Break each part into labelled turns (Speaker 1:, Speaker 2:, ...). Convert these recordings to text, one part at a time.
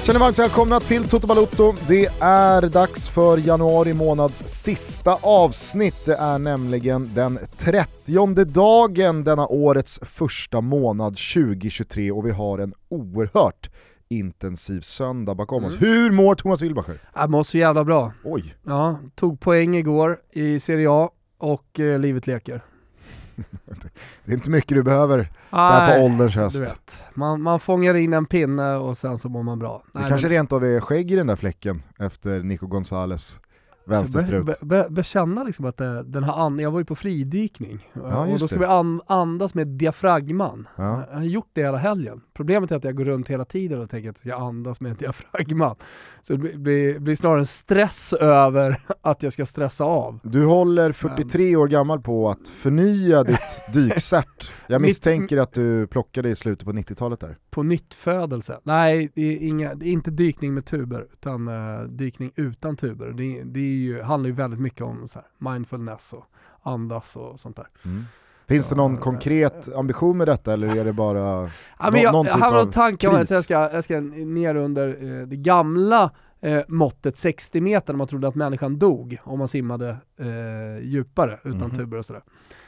Speaker 1: Känner varmt välkomna till Toto Balotto. Det är dags för januari månads sista avsnitt. Det är nämligen den 30:e dagen denna årets första månad 2023 och vi har en oerhört intensiv söndag bakom oss. Hur mår Thomas Wilbacher?
Speaker 2: Jag mår så jävla bra.
Speaker 1: Oj.
Speaker 2: Ja, tog poäng igår i Serie A och livet leker.
Speaker 1: Det är inte mycket du behöver så här på ålderns höst.
Speaker 2: Du vet. Man fångar in en pinne och sen så mår man bra.
Speaker 1: Det kanske rent av är skägg i den där fläcken efter Nico Gonzales vänsterstrut.
Speaker 2: Bekänna liksom att den här jag var ju på fridykning
Speaker 1: Ja,
Speaker 2: och då ska vi andas med diafragman.
Speaker 1: Ja.
Speaker 2: Jag har gjort det hela helgen. Problemet är att jag går runt hela tiden och tänker att jag andas med diafragman. Så det blir snarare en stress över att jag ska stressa av.
Speaker 1: Du håller 43 år gammal på att förnya ditt dykcert. Jag misstänker att du plockade i slutet på 90-talet där.
Speaker 2: På nyttfödelse. Nej, det är inte dykning med tuber utan dykning utan tuber. Det handlar ju väldigt mycket om så här, mindfulness och andas och sånt där.
Speaker 1: Finns det någon konkret ambition med detta eller är det bara
Speaker 2: någon typ av tanke om att
Speaker 1: kris?
Speaker 2: jag ska ner under det gamla måttet 60 meter när man trodde att människan dog om man simmade djupare utan tuber och sådär.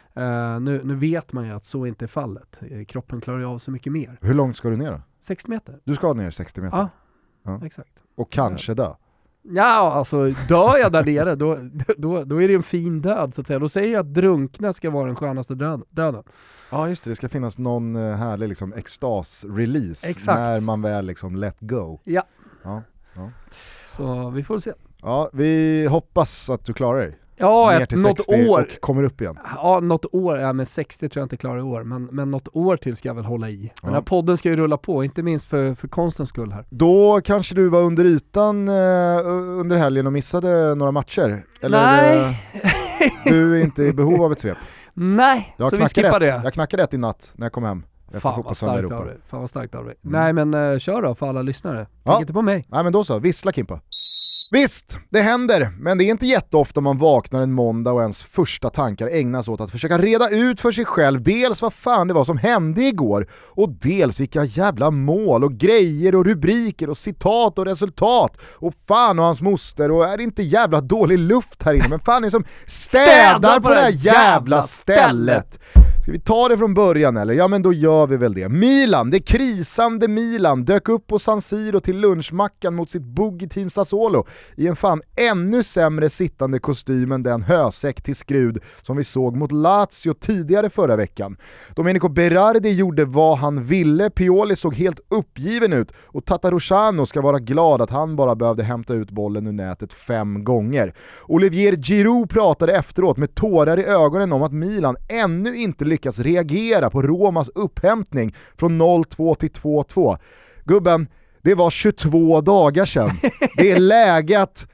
Speaker 2: Nu vet man ju att så inte är fallet. Kroppen klarar ju av så mycket mer.
Speaker 1: Hur långt ska du ner då?
Speaker 2: 60 meter.
Speaker 1: Du ska ner 60 meter?
Speaker 2: Ja. Exakt.
Speaker 1: Och kanske dö?
Speaker 2: Ja, alltså dör jag där nere då är det en fin död så att säga. Då säger jag att drunkna ska vara den skönaste döden.
Speaker 1: Ja just det, det ska finnas någon härlig liksom extas-release.
Speaker 2: Exakt.
Speaker 1: När man väl liksom let go.
Speaker 2: Ja.
Speaker 1: Ja.
Speaker 2: Så vi får se.
Speaker 1: Ja, vi hoppas att du klarar dig.
Speaker 2: Ja,
Speaker 1: ner till
Speaker 2: något
Speaker 1: 60
Speaker 2: år.
Speaker 1: och kommer upp igen.
Speaker 2: Ja, något år. Ja, men 60 tror jag inte klarar i år. Men något år till ska jag väl hålla i. Den här podden ska ju rulla på, inte minst för konstens skull här.
Speaker 1: Då kanske du var under ytan under helgen och missade några matcher? Eller
Speaker 2: Nej.
Speaker 1: Du är inte i behov av ett svep?
Speaker 2: Nej, så vi skippar det.
Speaker 1: Jag knackade rätt i natt när jag kom hem.
Speaker 2: Fan vad starkt av dig. Nej men kör då för alla lyssnare. Tänk inte på mig.
Speaker 1: Nej men då så, vissla Kimpa. Visst, det händer, men det är inte jätteofta man vaknar en måndag och ens första tankar ägnas åt att försöka reda ut för sig själv dels vad fan det var som hände igår och dels vilka jävla mål och grejer och rubriker och citat och resultat och fan och hans moster och är det inte jävla dålig luft här inne men fan är det som städar på det här jävla stället. Ska vi ta det från början eller? Ja men då gör vi väl det. Milan, det krisande Milan dök upp på San Siro till lunchmackan mot sitt buggy-team Sassuolo i en fan ännu sämre sittande kostym än den hösäck till skrud som vi såg mot Lazio tidigare förra veckan. Domenico Berardi gjorde vad han ville, Pioli såg helt uppgiven ut och Tatarusano ska vara glad att han bara behövde hämta ut bollen ur nätet 5 gånger. Olivier Giroud pratade efteråt med tårar i ögonen om att Milan ännu inte lyckats reagera på Romas upphämtning från 0-2 till 2-2. Gubben, det var 22 dagar sedan. Det är läge att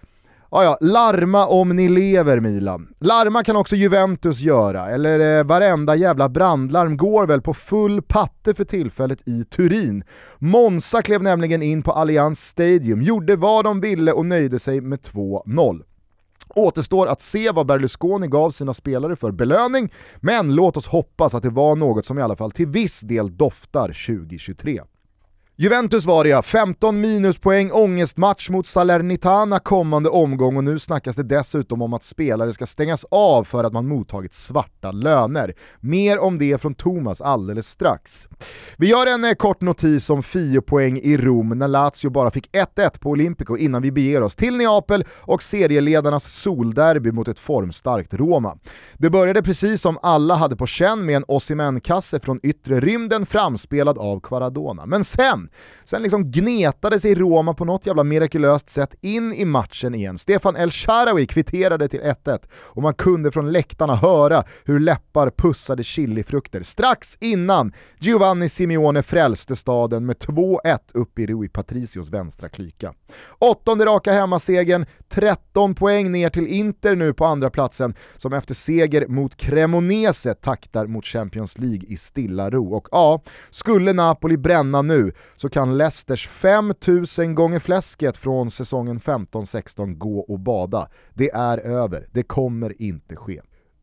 Speaker 1: larma om ni lever Milan. Larma kan också Juventus göra. Eller varenda jävla brandlarm går väl på full patte för tillfället i Turin. Monza klev nämligen in på Allianz Stadium, gjorde vad de ville och nöjde sig med 2-0. Återstår att se vad Berlusconi gav sina spelare för belöning, men låt oss hoppas att det var något som i alla fall till viss del doftar 2023. Juventus var det 15 minuspoäng, ångestmatch mot Salernitana kommande omgång och nu snackas det dessutom om att spelare ska stängas av för att man mottagit svarta löner. Mer om det från Thomas alldeles strax. Vi gör en kort notis om 4 poäng i Rom när Lazio bara fick 1-1 på Olympico innan vi beger oss till Neapel och serieledarnas solderby mot ett formstarkt Roma. Det började precis som alla hade på känn med en Osimhen-kasse från yttre rymden framspelad av Quaradona. Men sen liksom gnetade sig Roma på något jävla mirakulöst sätt in i matchen igen. Stefan El Shaarawy kvitterade till 1-1 och man kunde från läktarna höra hur läppar pussade chilifrukter. Strax innan Giovanni Simeone frälste staden med 2-1 upp i Rui Patricios vänstra klyka. 8:e raka hemmasegen, 13 poäng ner till Inter nu på andra platsen som efter seger mot Cremonese taktar mot Champions League i stilla ro. Och skulle Napoli bränna nu så kan Leicesters 5000 gånger fläsket från säsongen 15-16 gå och bada. Det är över. Det kommer inte ske.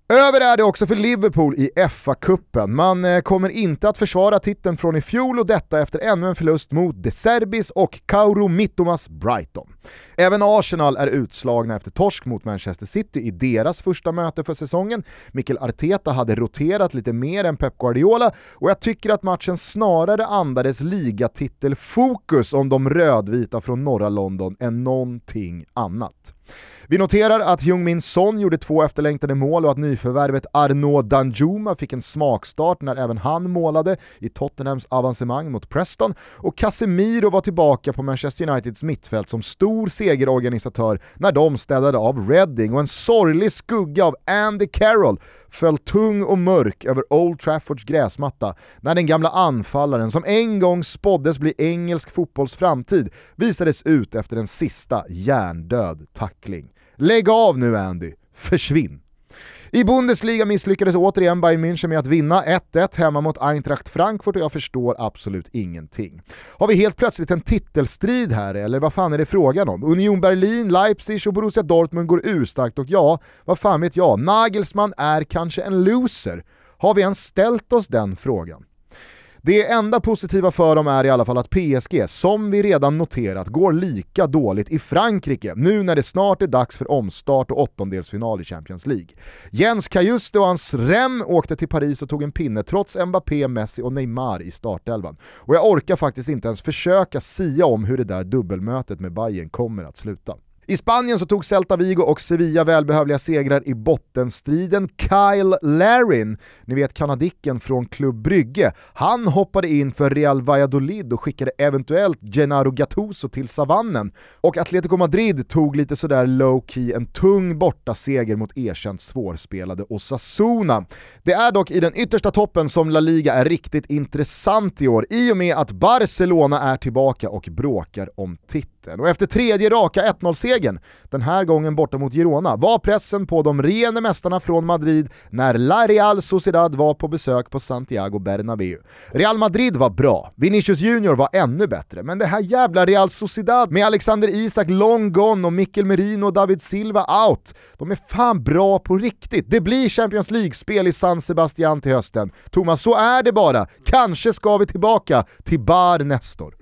Speaker 1: Över är det också för Liverpool i FA-cupen. Man kommer inte att försvara titeln från i fjol och detta efter ännu en förlust mot De Serbis och Kauro Mittomas Brighton. Även Arsenal är utslagna efter torsk mot Manchester City i deras första möte för säsongen. Mikel Arteta hade roterat lite mer än Pep Guardiola och jag tycker att matchen snarare andades ligatitelfokus om de rödvita från norra London än någonting annat. Vi noterar att Heung-min Son gjorde 2 efterlängtade mål och att nyförvärvet Arnaud Danjuma fick en smakstart när även han målade i Tottenhams avancemang mot Preston, och Casemiro var tillbaka på Manchester Uniteds mittfält som stor segerorganisatör när de städade av Reading, och en sorglig skugga av Andy Carroll föll tung och mörk över Old Traffords gräsmatta när den gamla anfallaren som en gång spåddes bli engelsk fotbolls framtid visades ut efter en sista hjärndöd tackling. Lägg av nu Andy, försvinn! I Bundesliga misslyckades återigen Bayern München med att vinna 1-1 hemma mot Eintracht Frankfurt och jag förstår absolut ingenting. Har vi helt plötsligt en titelstrid här eller vad fan är det frågan om? Union Berlin, Leipzig och Borussia Dortmund går urstarkt och ja, vad fan vet jag, Nagelsmann är kanske en loser. Har vi ens ställt oss den frågan? Det enda positiva för dem är i alla fall att PSG, som vi redan noterat, går lika dåligt i Frankrike nu när det snart är dags för omstart och åttondelsfinal i Champions League. Jens Kajuste och hans Rem åkte till Paris och tog en pinne trots Mbappé, Messi och Neymar i startelvan. Och jag orkar faktiskt inte ens försöka sia om hur det där dubbelmötet med Bayern kommer att sluta. I Spanien så tog Celta Vigo och Sevilla välbehövliga segrar i bottenstriden. Kyle Larin, ni vet kanadicken från Club Brygge, han hoppade in för Real Valladolid och skickade eventuellt Gennaro Gattuso till savannen. Och Atletico Madrid tog lite sådär low-key en tung borta seger mot erkänt svårspelade Osasuna. Det är dock i den yttersta toppen som La Liga är riktigt intressant i år i och med att Barcelona är tillbaka och bråkar om titeln. Och efter tredje raka 1-0-segern, den här gången borta mot Girona, var pressen på de regerande mästarna från Madrid när La Real Sociedad var på besök på Santiago Bernabéu. Real Madrid var bra, Vinicius Junior var ännu bättre, men det här jävla Real Sociedad med Alexander Isak long gone och Mikel Merino och David Silva out, de är fan bra på riktigt. Det blir Champions League-spel i San Sebastian till hösten. Thomas, så är det bara. Kanske ska vi tillbaka till Bar Nestor.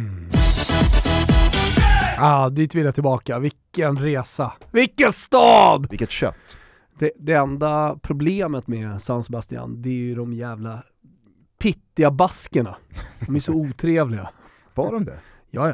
Speaker 2: Dit vill jag tillbaka. Vilken resa. Vilken stad!
Speaker 1: Vilket kött.
Speaker 2: Det enda problemet med San Sebastian, det är ju de jävla pittiga baskerna. De är så otrevliga.
Speaker 1: Var de det?
Speaker 2: Ja.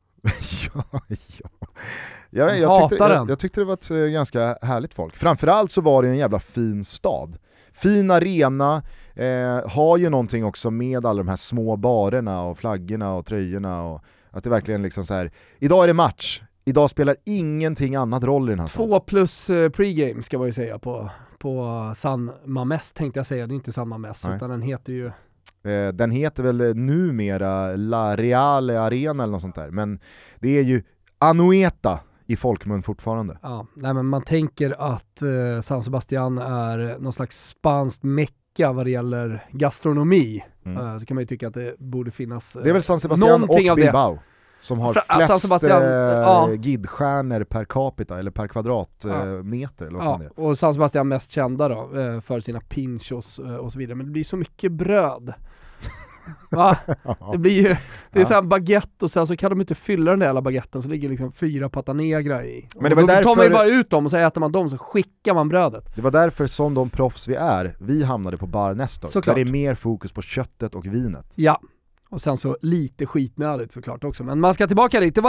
Speaker 1: Jag tyckte det var ett ganska härligt folk. Framförallt så var det en jävla fin stad. Fin arena, har ju någonting också med alla de här små barerna och flaggorna och tröjorna och att det verkligen liksom så här. Idag är det match. Idag spelar ingenting annat roll i den här
Speaker 2: 2 plus pregame ska man ju säga på San Mamés tänkte jag säga. Det är inte San Mamés utan den heter ju...
Speaker 1: Den heter väl numera La Reale Arena eller något sånt där. Men det är ju Anoeta i folkmun fortfarande.
Speaker 2: Ja, nej men man tänker att San Sebastian är någon slags spanskt mecka vad det gäller gastronomi. Så kan man ju tycka att det borde finnas
Speaker 1: det är väl San Sebastian och Bilbao som har flest gidstjärnor per capita eller per kvadratmeter eller vad fan det är.
Speaker 2: Och San Sebastian mest kända då för sina pinchos och så vidare. Men det blir så mycket bröd. Va? Det blir ju, det är så här baguette och sen så kan de inte fylla den där jävla baguetten så ligger liksom 4 pata negra i.
Speaker 1: Men det var därför...
Speaker 2: tar man ju bara ut dem och så äter man dem så skickar man brödet.
Speaker 1: Det var därför som de proffs vi hamnade på Bar Nestor. Där det är mer fokus på köttet och vinet. Ja.
Speaker 2: Och sen så lite skitnödigt såklart också. Men man ska tillbaka dit. Det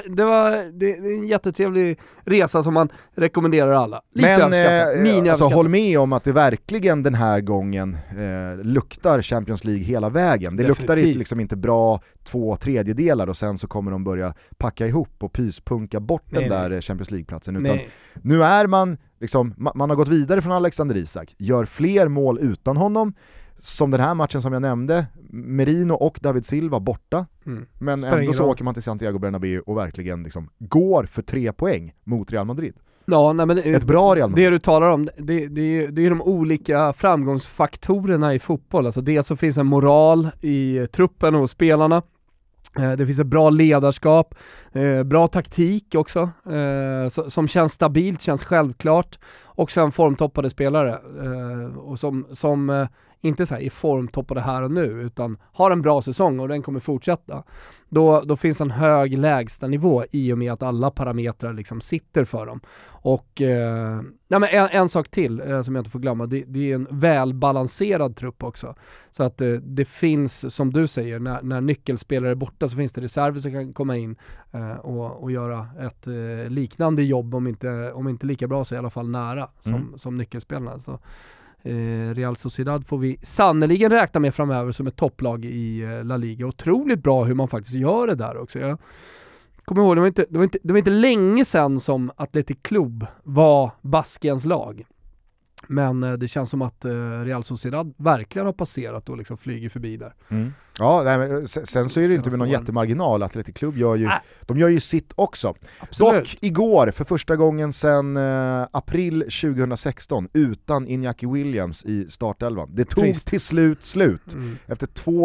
Speaker 2: är en jättetrevlig resa som man rekommenderar alla. Lite överskattat.
Speaker 1: Alltså, håll med om att det verkligen den här gången luktar Champions League hela vägen. Det luktar liksom inte bra 2/3 och sen så kommer de börja packa ihop och pyspunka bort den där Champions League-platsen. Utan nu är man liksom, man har gått vidare från Alexander Isak. Gör fler mål utan honom. Som den här matchen som jag nämnde, Merino och David Silva borta. Men ändå så åker man till Santiago Bernabéu och verkligen liksom går för 3 poäng mot Real Madrid.
Speaker 2: Ja, nej, men
Speaker 1: ett bra Real Madrid.
Speaker 2: Det du talar om, det är de olika framgångsfaktorerna i fotboll. Alltså dels så finns en moral i truppen och spelarna. Det finns ett bra ledarskap, bra taktik också, som känns stabilt, känns självklart. också en formtoppade spelare och som inte så här är formtoppade här och nu, utan har en bra säsong och den kommer fortsätta, då finns en hög lägsta nivå i och med att alla parametrar liksom sitter för dem. Och men en sak till som jag inte får glömma, det är en välbalanserad trupp också. Så att det finns, som du säger, när nyckelspelare är borta så finns det reserver som kan komma in och göra ett liknande jobb, om inte lika bra så i alla fall nära som nyckelspelarna. Så Real Sociedad får vi sannoliken räkna med framöver som ett topplag i La Liga. Otroligt bra hur man faktiskt gör det där också. Jag kommer ihåg, det var inte länge sedan som Athletic Club var Baskiens lag. Men det känns som att Real Sociedad verkligen har passerat och liksom flyger förbi där.
Speaker 1: Ja, men sen så är det inte med någon jättemarginal. Athletic Club de gör ju sitt också.
Speaker 2: Absolut.
Speaker 1: Dock igår, för första gången sedan april 2016, utan Iñaki Williams i startelvan. Det tog till slut efter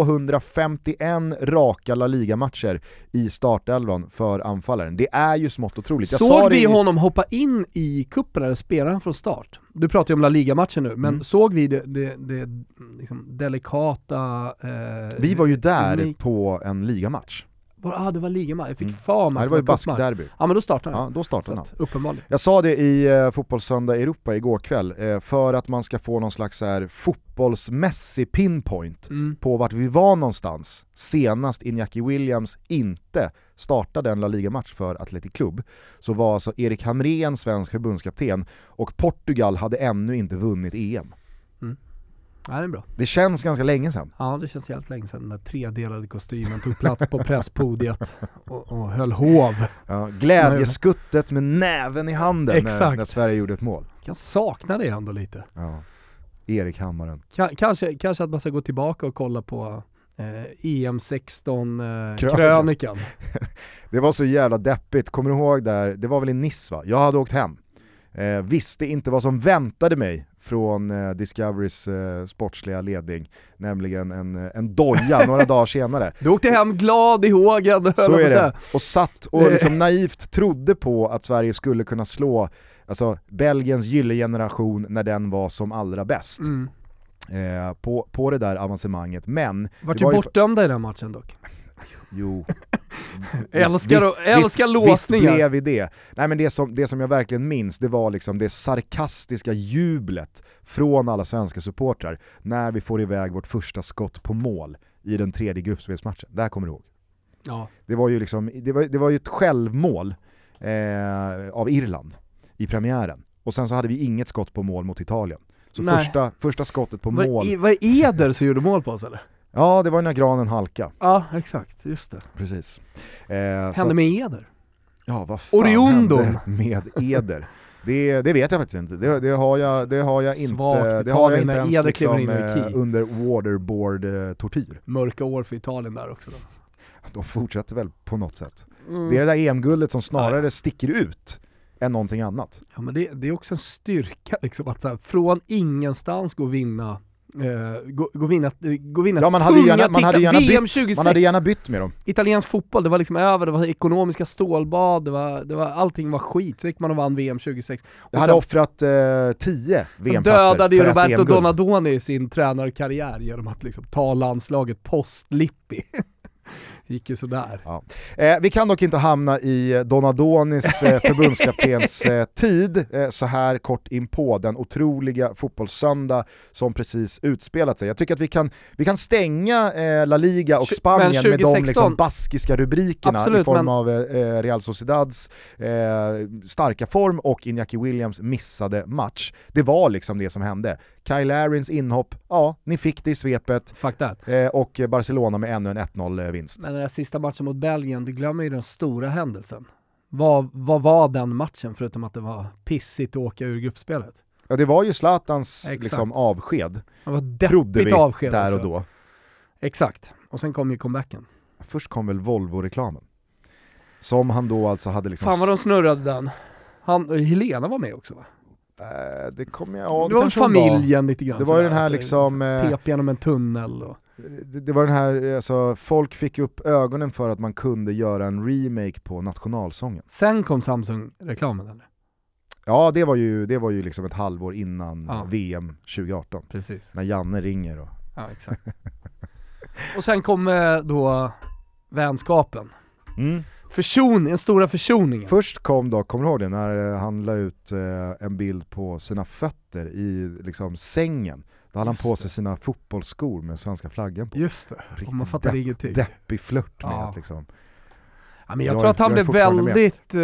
Speaker 1: 251 raka La Liga-matcher i startelvan för anfallaren. Det är ju smått otroligt.
Speaker 2: Såg vi honom hoppa in i kuppen eller spelade han från start? Du pratar ju om La Liga-matchen nu, men såg vi det liksom delikata...
Speaker 1: vi var ju där på en ligamatch.
Speaker 2: Det var ligamatch. Jag fick för mig.
Speaker 1: Det var ju baskderby.
Speaker 2: Ja, men då startade han.
Speaker 1: Ja, då startade han.
Speaker 2: Uppenbarligen.
Speaker 1: Jag sa det i Fotbollssöndag Europa igår kväll, för att man ska få någon slags här fotbollsmässig pinpoint på vart vi var någonstans senast Iñaki Williams inte startade en La Liga-match för Athletic Club, så var alltså Erik Hamrén svensk förbundskapten och Portugal hade ännu inte vunnit EM.
Speaker 2: Ja, det är bra.
Speaker 1: Det känns ganska länge sedan.
Speaker 2: Ja, det känns helt länge sedan. Den där tredelade kostymen tog plats på presspodiet och höll hov.
Speaker 1: Ja, glädjeskuttet med näven i handen när Sverige gjorde ett mål.
Speaker 2: Jag kan sakna det ändå lite.
Speaker 1: Ja. Erik Hammaren.
Speaker 2: Kanske att man ska gå tillbaka och kolla på EM16-krönikan.
Speaker 1: Det var så jävla deppigt. Kommer du ihåg där? Det var väl i Nice, va? Jag hade åkt hem. Visste inte vad som väntade mig från Discoverys sportsliga ledning, nämligen en doja några dagar senare.
Speaker 2: Du åkte hem glad i hågen.
Speaker 1: Så är det. Och satt och liksom naivt trodde på att Sverige skulle kunna slå Belgiens gyllegeneration när den var som allra bäst. På det där avancemanget. Men
Speaker 2: vart du bortdömda i den matchen dock?
Speaker 1: Jo.
Speaker 2: Älskar låsningar.
Speaker 1: Visst blev vi det. Nej, men det som jag verkligen minns, det var liksom det sarkastiska jublet från alla svenska supportrar när vi får iväg vårt första skott på mål i den tredje gruppspelsmatchen. Det här kommer du ihåg.
Speaker 2: Ja.
Speaker 1: Det var ju liksom det var ju ett självmål av Irland i premiären. Och sen så hade vi inget skott på mål mot Italien. Så första skottet på mål.
Speaker 2: Var det Eder som gjorde mål på oss eller?
Speaker 1: Ja, det var när granen halka.
Speaker 2: Ja, exakt, just det.
Speaker 1: Precis.
Speaker 2: Hände med Eder?
Speaker 1: Ja, vad fan hände med Eder? Det vet jag faktiskt inte. Det har jag inte. Det har jag inte ens liksom, under waterboard-tortyr.
Speaker 2: Mörka år för Italien där också då.
Speaker 1: De fortsätter väl på något sätt. Det är det där EM-guldet som snarare sticker ut än någonting annat.
Speaker 2: Ja, men det är också en styrka liksom, att så här, från ingenstans gå vinna
Speaker 1: ja, man hade gärna bytt med dem.
Speaker 2: Italiensk fotboll, det var liksom över, det var ekonomiska stålbad, allting var skit. Så gick man och vann VM 2006.
Speaker 1: Jag hade offrat 10 VM-platser.
Speaker 2: Dödade ju Roberto Donadoni sin tränarkarriär genom att liksom ta landslaget post-Lippi. Gick ju sådär.
Speaker 1: Ja. Vi kan dock inte hamna i Donadonis förbundskaptens tid så här kort in på den otroliga fotbollssöndag som precis utspelat sig. Jag tycker att vi kan stänga La Liga och Spanien med de liksom baskiska rubrikerna. Absolut, i form av Real Sociedads starka form och Iñaki Williams missade match. Det var liksom det som hände. Kyle Larins inhopp, ja, ni fick det i svepet. Och Barcelona med ännu en 1-0-vinst.
Speaker 2: Men den där sista matchen mot Belgien, du glömmer ju den stora händelsen. Vad var den matchen förutom att det var pissigt att åka ur gruppspelet?
Speaker 1: Ja, det var ju Zlatans liksom avsked.
Speaker 2: Det var deppigt
Speaker 1: trodde vi
Speaker 2: avsked
Speaker 1: där
Speaker 2: också.
Speaker 1: Och då.
Speaker 2: Exakt. Och sen kom ju comebacken.
Speaker 1: Först kom väl Volvo-reklamen. Som han då alltså hade liksom...
Speaker 2: Fan vad de snurrade den. Helena var med också, va?
Speaker 1: Det kom jag...
Speaker 2: det var familjen lite grann.
Speaker 1: Det var ju den här liksom...
Speaker 2: Pep genom en tunnel och...
Speaker 1: Det var den här, alltså, folk fick upp ögonen för att man kunde göra en remake på nationalsången.
Speaker 2: Sen kom Samsung-reklamen eller?
Speaker 1: Ja, det var ju liksom ett halvår innan VM 2018.
Speaker 2: Precis.
Speaker 1: När Janne ringer.
Speaker 2: Ja, exakt. Och sen kom då vänskapen. Den stora försoningen.
Speaker 1: Först kom då, kommer du ihåg det, när han la ut en bild på sina fötter i liksom sängen. Då hade han på sig sina fotbollsskor med svenska flaggan på.
Speaker 2: Just det, och man fattar ingenting.
Speaker 1: Deppig flört med att liksom...
Speaker 2: Ja, men jag tror att han blev väldigt...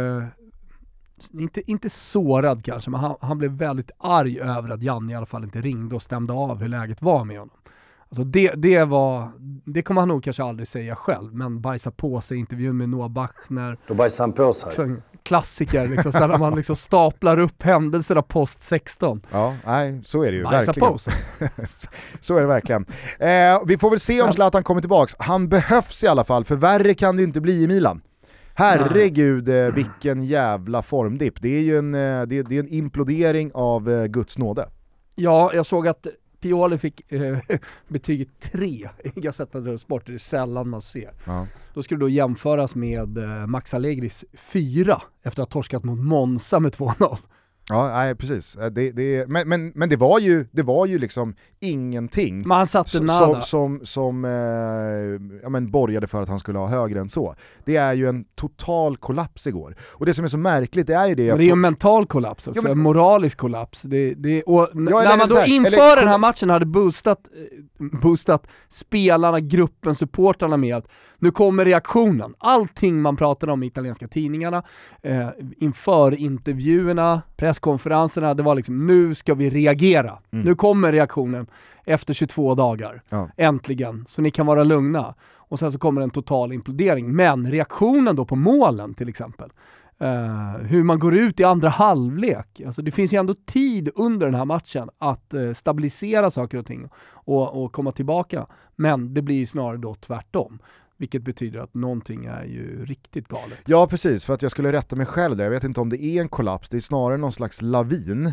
Speaker 2: inte sårad kanske, men han blev väldigt arg över att Janne i alla fall inte ringde och stämde av hur läget var med honom. Alltså det kommer han nog kanske aldrig säga själv, men bajsa på sig intervjun med Noah Bachner.
Speaker 3: Då bajsar han på sig.
Speaker 2: Klassiker, liksom, så när man liksom staplar upp händelserna post 16.
Speaker 1: Ja, nej, så är det ju
Speaker 2: bajsa
Speaker 1: verkligen.
Speaker 2: På sig.
Speaker 1: Så är det verkligen. Vi får väl se om Zlatan kommer tillbaks. Han behövs i alla fall, för värre kan det inte bli i Milan. Herregud, vilken jävla formdipp. Det är ju en implodering av Guds nåde.
Speaker 2: Ja, jag såg att Pioli fick betyget 3 i Gazzetta dello Sport. Det är sällan man ser. Ja. Då skulle det då jämföras med Max Allegris 4 efter att ha torskat mot Monza med 2-0.
Speaker 1: Ja, nej, precis. Men det var ju liksom ingenting
Speaker 2: men han satte
Speaker 1: som borgade för att han skulle ha högre än så. Det är ju en total kollaps igår. Och det som är så märkligt, det är ju det...
Speaker 2: Men det är ju en mental kollaps också, en moralisk kollaps. När man då inför den här matchen hade boostat spelarna, gruppen, supportarna med att nu kommer reaktionen. Allting man pratade om i italienska tidningarna, inför intervjuerna, presskonferenserna, det var liksom, nu ska vi reagera. Nu kommer reaktionen efter 22 dagar. Ja. Äntligen. Så ni kan vara lugna. Och sen så kommer en total implodering. Men reaktionen då på målen till exempel. Hur man går ut i andra halvlek. Alltså det finns ju ändå tid under den här matchen att stabilisera saker och ting och komma tillbaka. Men det blir ju snarare då tvärtom. Vilket betyder att någonting är ju riktigt galet.
Speaker 1: Ja, precis. För att jag skulle rätta mig själv där. Jag vet inte om det är en kollaps. Det är snarare någon slags lavin.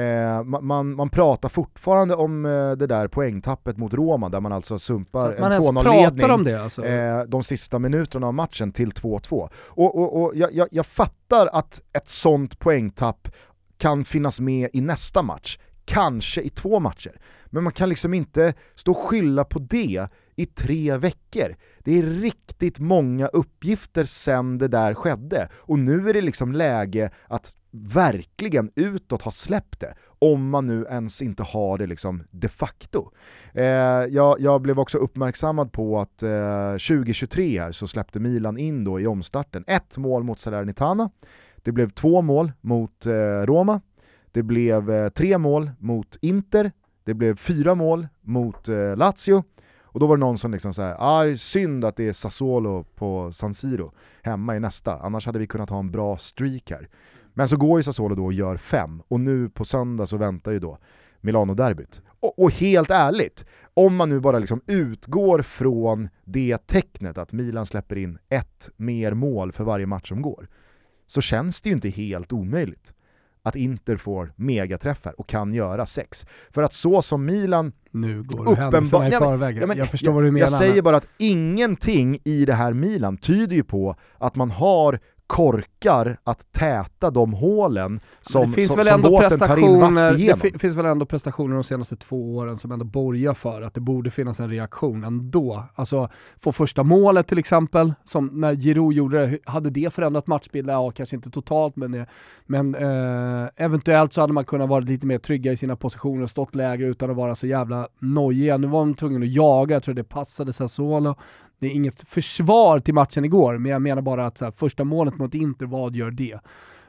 Speaker 1: Man pratar fortfarande om det där poängtappet mot Roma där man alltså sumpar en 2-0-ledning
Speaker 2: om det, alltså.
Speaker 1: De sista minuterna av matchen till 2-2. Och jag fattar att ett sånt poängtapp kan finnas med i nästa match. Kanske i 2 matcher. Men man kan liksom inte stå och skylla på det i 3 veckor. Det är riktigt många uppgifter sedan det där skedde. Och nu är det liksom läge att verkligen utåt ha släppt det. Om man nu ens inte har det liksom de facto. Jag blev också uppmärksammad på att 2023 här så släppte Milan in då i omstarten 1 mål mot Salernitana. Det blev 2 mål mot Roma. Det blev 3 mål mot Inter. Det blev 4 mål mot Lazio. Och då var det någon som liksom såhär, synd att det är Sassuolo på San Siro hemma i nästa. Annars hade vi kunnat ha en bra streak här. Men så går ju Sassuolo då och gör 5. Och nu på söndag så väntar ju då Milano-derbyt. Och helt ärligt, om man nu bara liksom utgår från det tecknet att Milan släpper in 1 mer mål för varje match som går, så känns det ju inte helt omöjligt att Inter får megaträffar och kan göra 6. För att så som Milan
Speaker 2: nu går händelserna i förväg. Jag förstår vad du menar.
Speaker 1: Jag säger bara att ingenting i det här Milan tyder ju på att man har korkar att täta de hålen som båten tar in vatten igenom.
Speaker 2: Det finns väl ändå prestationer de senaste 2 åren som ändå borgar för att det borde finnas en reaktion ändå. Alltså få första målet till exempel, som när Giroud gjorde det, hade det förändrat matchbilden? Ja, kanske inte totalt, men eventuellt så hade man kunnat vara lite mer trygga i sina positioner och stått lägre utan att vara så jävla nojiga. Nu var de tvungna att jaga, jag tror det passade Sassuolo. Det är inget försvar till matchen igår, men jag menar bara att så här, första målet mot Inter, vad gör det?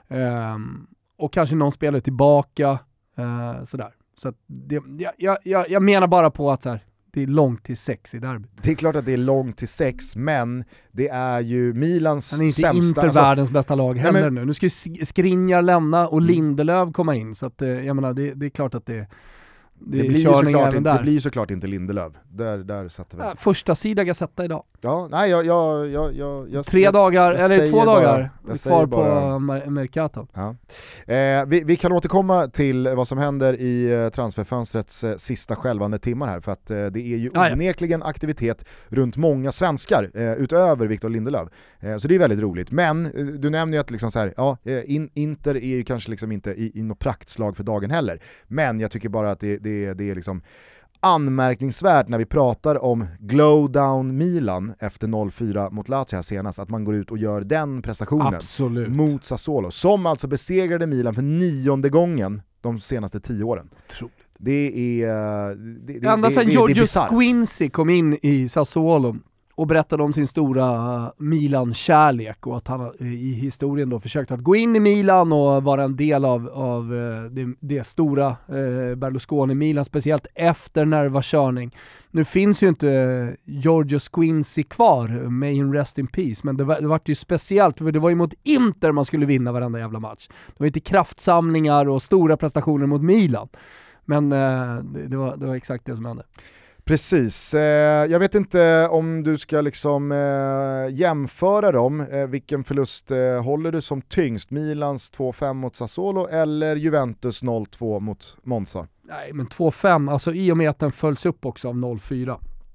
Speaker 2: Och kanske någon spelar tillbaka, sådär. Så att jag menar bara på att så här, det är långt till 6 i derby.
Speaker 1: Det är klart att det är långt till 6, men det är ju Milans sämsta...
Speaker 2: Han är inte
Speaker 1: sämsta,
Speaker 2: Inter världens bästa lag heller nu. Nu ska ju Skriniar lämna och Lindelöf komma in, så att jag menar, det är klart att det
Speaker 1: Det blir ju såklart inte Lindelöf. Där satte vi.
Speaker 2: Första sida Gazetta idag.
Speaker 1: Ja, nej, jag
Speaker 2: 3 dagar, eller 2 dagar kvar på Mercato.
Speaker 1: Ja. Vi kan återkomma till vad som händer i transferfönstrets sista skälvande timmar här, för att det är ju onekligen aktivitet runt många svenskar utöver Victor Lindelöf. Så det är väldigt roligt. Men du nämner ju att liksom så här, Inter är ju kanske liksom inte i något praktslag för dagen heller. Men jag tycker bara att det är liksom anmärkningsvärt när vi pratar om glow down Milan efter 0-4 mot Lazio här senast, att man går ut och gör den prestationen mot Sassuolo, som alltså besegrade Milan för 9:e gången de senaste 10 åren. Det är
Speaker 2: ända sedan Giorgio Squinzi kom in i Sassuolo och berättade om sin stora Milan-kärlek, och att han i historien då försökt att gå in i Milan och vara en del av det stora Berlusconi-Milan, speciellt efter nervakörning. Nu finns ju inte Giorgio Squinzi kvar, may him rest in peace, men det var ju speciellt, för det var ju mot Inter man skulle vinna varenda jävla match. Det var inte kraftsamlingar och stora prestationer mot Milan, men det var exakt det som hände.
Speaker 1: Precis, jag vet inte om du ska liksom jämföra dem, vilken förlust håller du som tyngst? Milans 2-5 mot Sassuolo eller Juventus 0-2 mot Monza?
Speaker 2: Nej, men 2-5, alltså i och med att den följs upp också av 0-4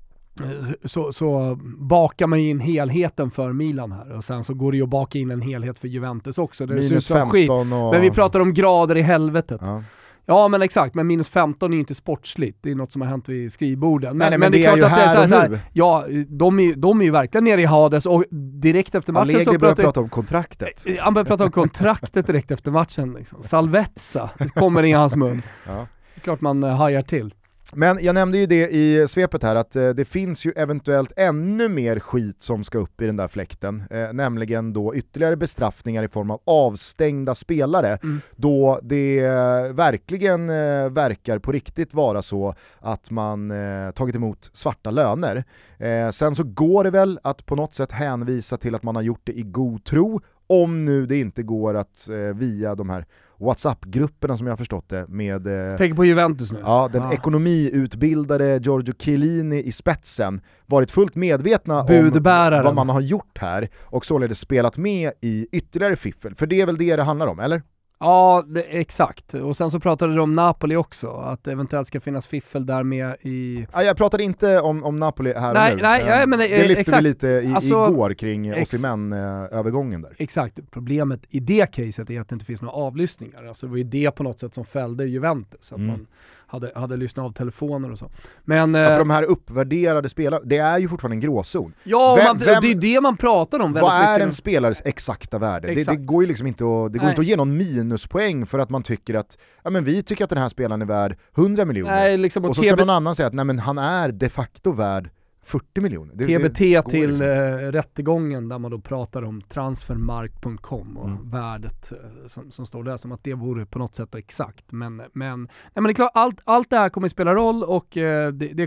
Speaker 2: så bakar man in helheten för Milan här, och sen så går det ju att baka in en helhet för Juventus också. Det
Speaker 1: minus 15
Speaker 2: men vi pratar om grader i helvetet. Ja, men exakt, men minus 15 är ju inte sportsligt. Det är något som har hänt vid skrivborden. Men det är klart att det är så här, ja, de är ju verkligen nere i Hades, och direkt efter matchen
Speaker 1: Allegri börjar prata om kontraktet.
Speaker 2: Han börjar prata om kontraktet direkt efter matchen. Liksom. Salvezza kommer i hans mun. Ja. Det är klart man hajar till.
Speaker 1: Men jag nämnde ju det i svepet här, att det finns ju eventuellt ännu mer skit som ska upp i den där fläkten, nämligen då ytterligare bestraffningar i form av avstängda spelare, då det verkligen verkar på riktigt vara så att man tagit emot svarta löner. Sen så går det väl att på något sätt hänvisa till att man har gjort det i god tro, om nu det inte går att via de här WhatsApp-grupperna som jag har förstått det med...
Speaker 2: Tänk på Juventus nu.
Speaker 1: Ja, den ekonomiutbildade Giorgio Chiellini i spetsen varit fullt medvetna om vad man har gjort här, och således spelat med i ytterligare fiffel. För det är väl det handlar om, eller?
Speaker 2: Ja, exakt. Och sen så pratade du om Napoli också, att det eventuellt ska finnas fiffel där med i...
Speaker 1: Ja, jag pratade inte om Napoli här
Speaker 2: och
Speaker 1: nu.
Speaker 2: Nej, men
Speaker 1: det lyfte vi lite igår kring Osimhen-övergången där.
Speaker 2: Exakt. Problemet i det caset är att det inte finns några avlyssningar. Alltså det var ju det på något sätt som fällde Juventus. Att man hade lyssnat av telefoner och så. Men,
Speaker 1: för de här uppvärderade spelarna, det är ju fortfarande en gråzon.
Speaker 2: Ja, det är det man pratar om.
Speaker 1: Vad är en spelares exakta värde? Det går ju liksom inte att, inte att ge någon minuspoäng för att man tycker att men vi tycker att den här spelaren är värd 100 miljoner.
Speaker 2: Nej, liksom,
Speaker 1: och så ska någon annan säga att nej, men han är de facto värd 40 miljoner.
Speaker 2: TBT till liksom rättegången där man då pratar om transfermarkt.com och värdet som står där, som att det vore på något sätt exakt. Men det är klart, allt det här kommer att spela roll, och det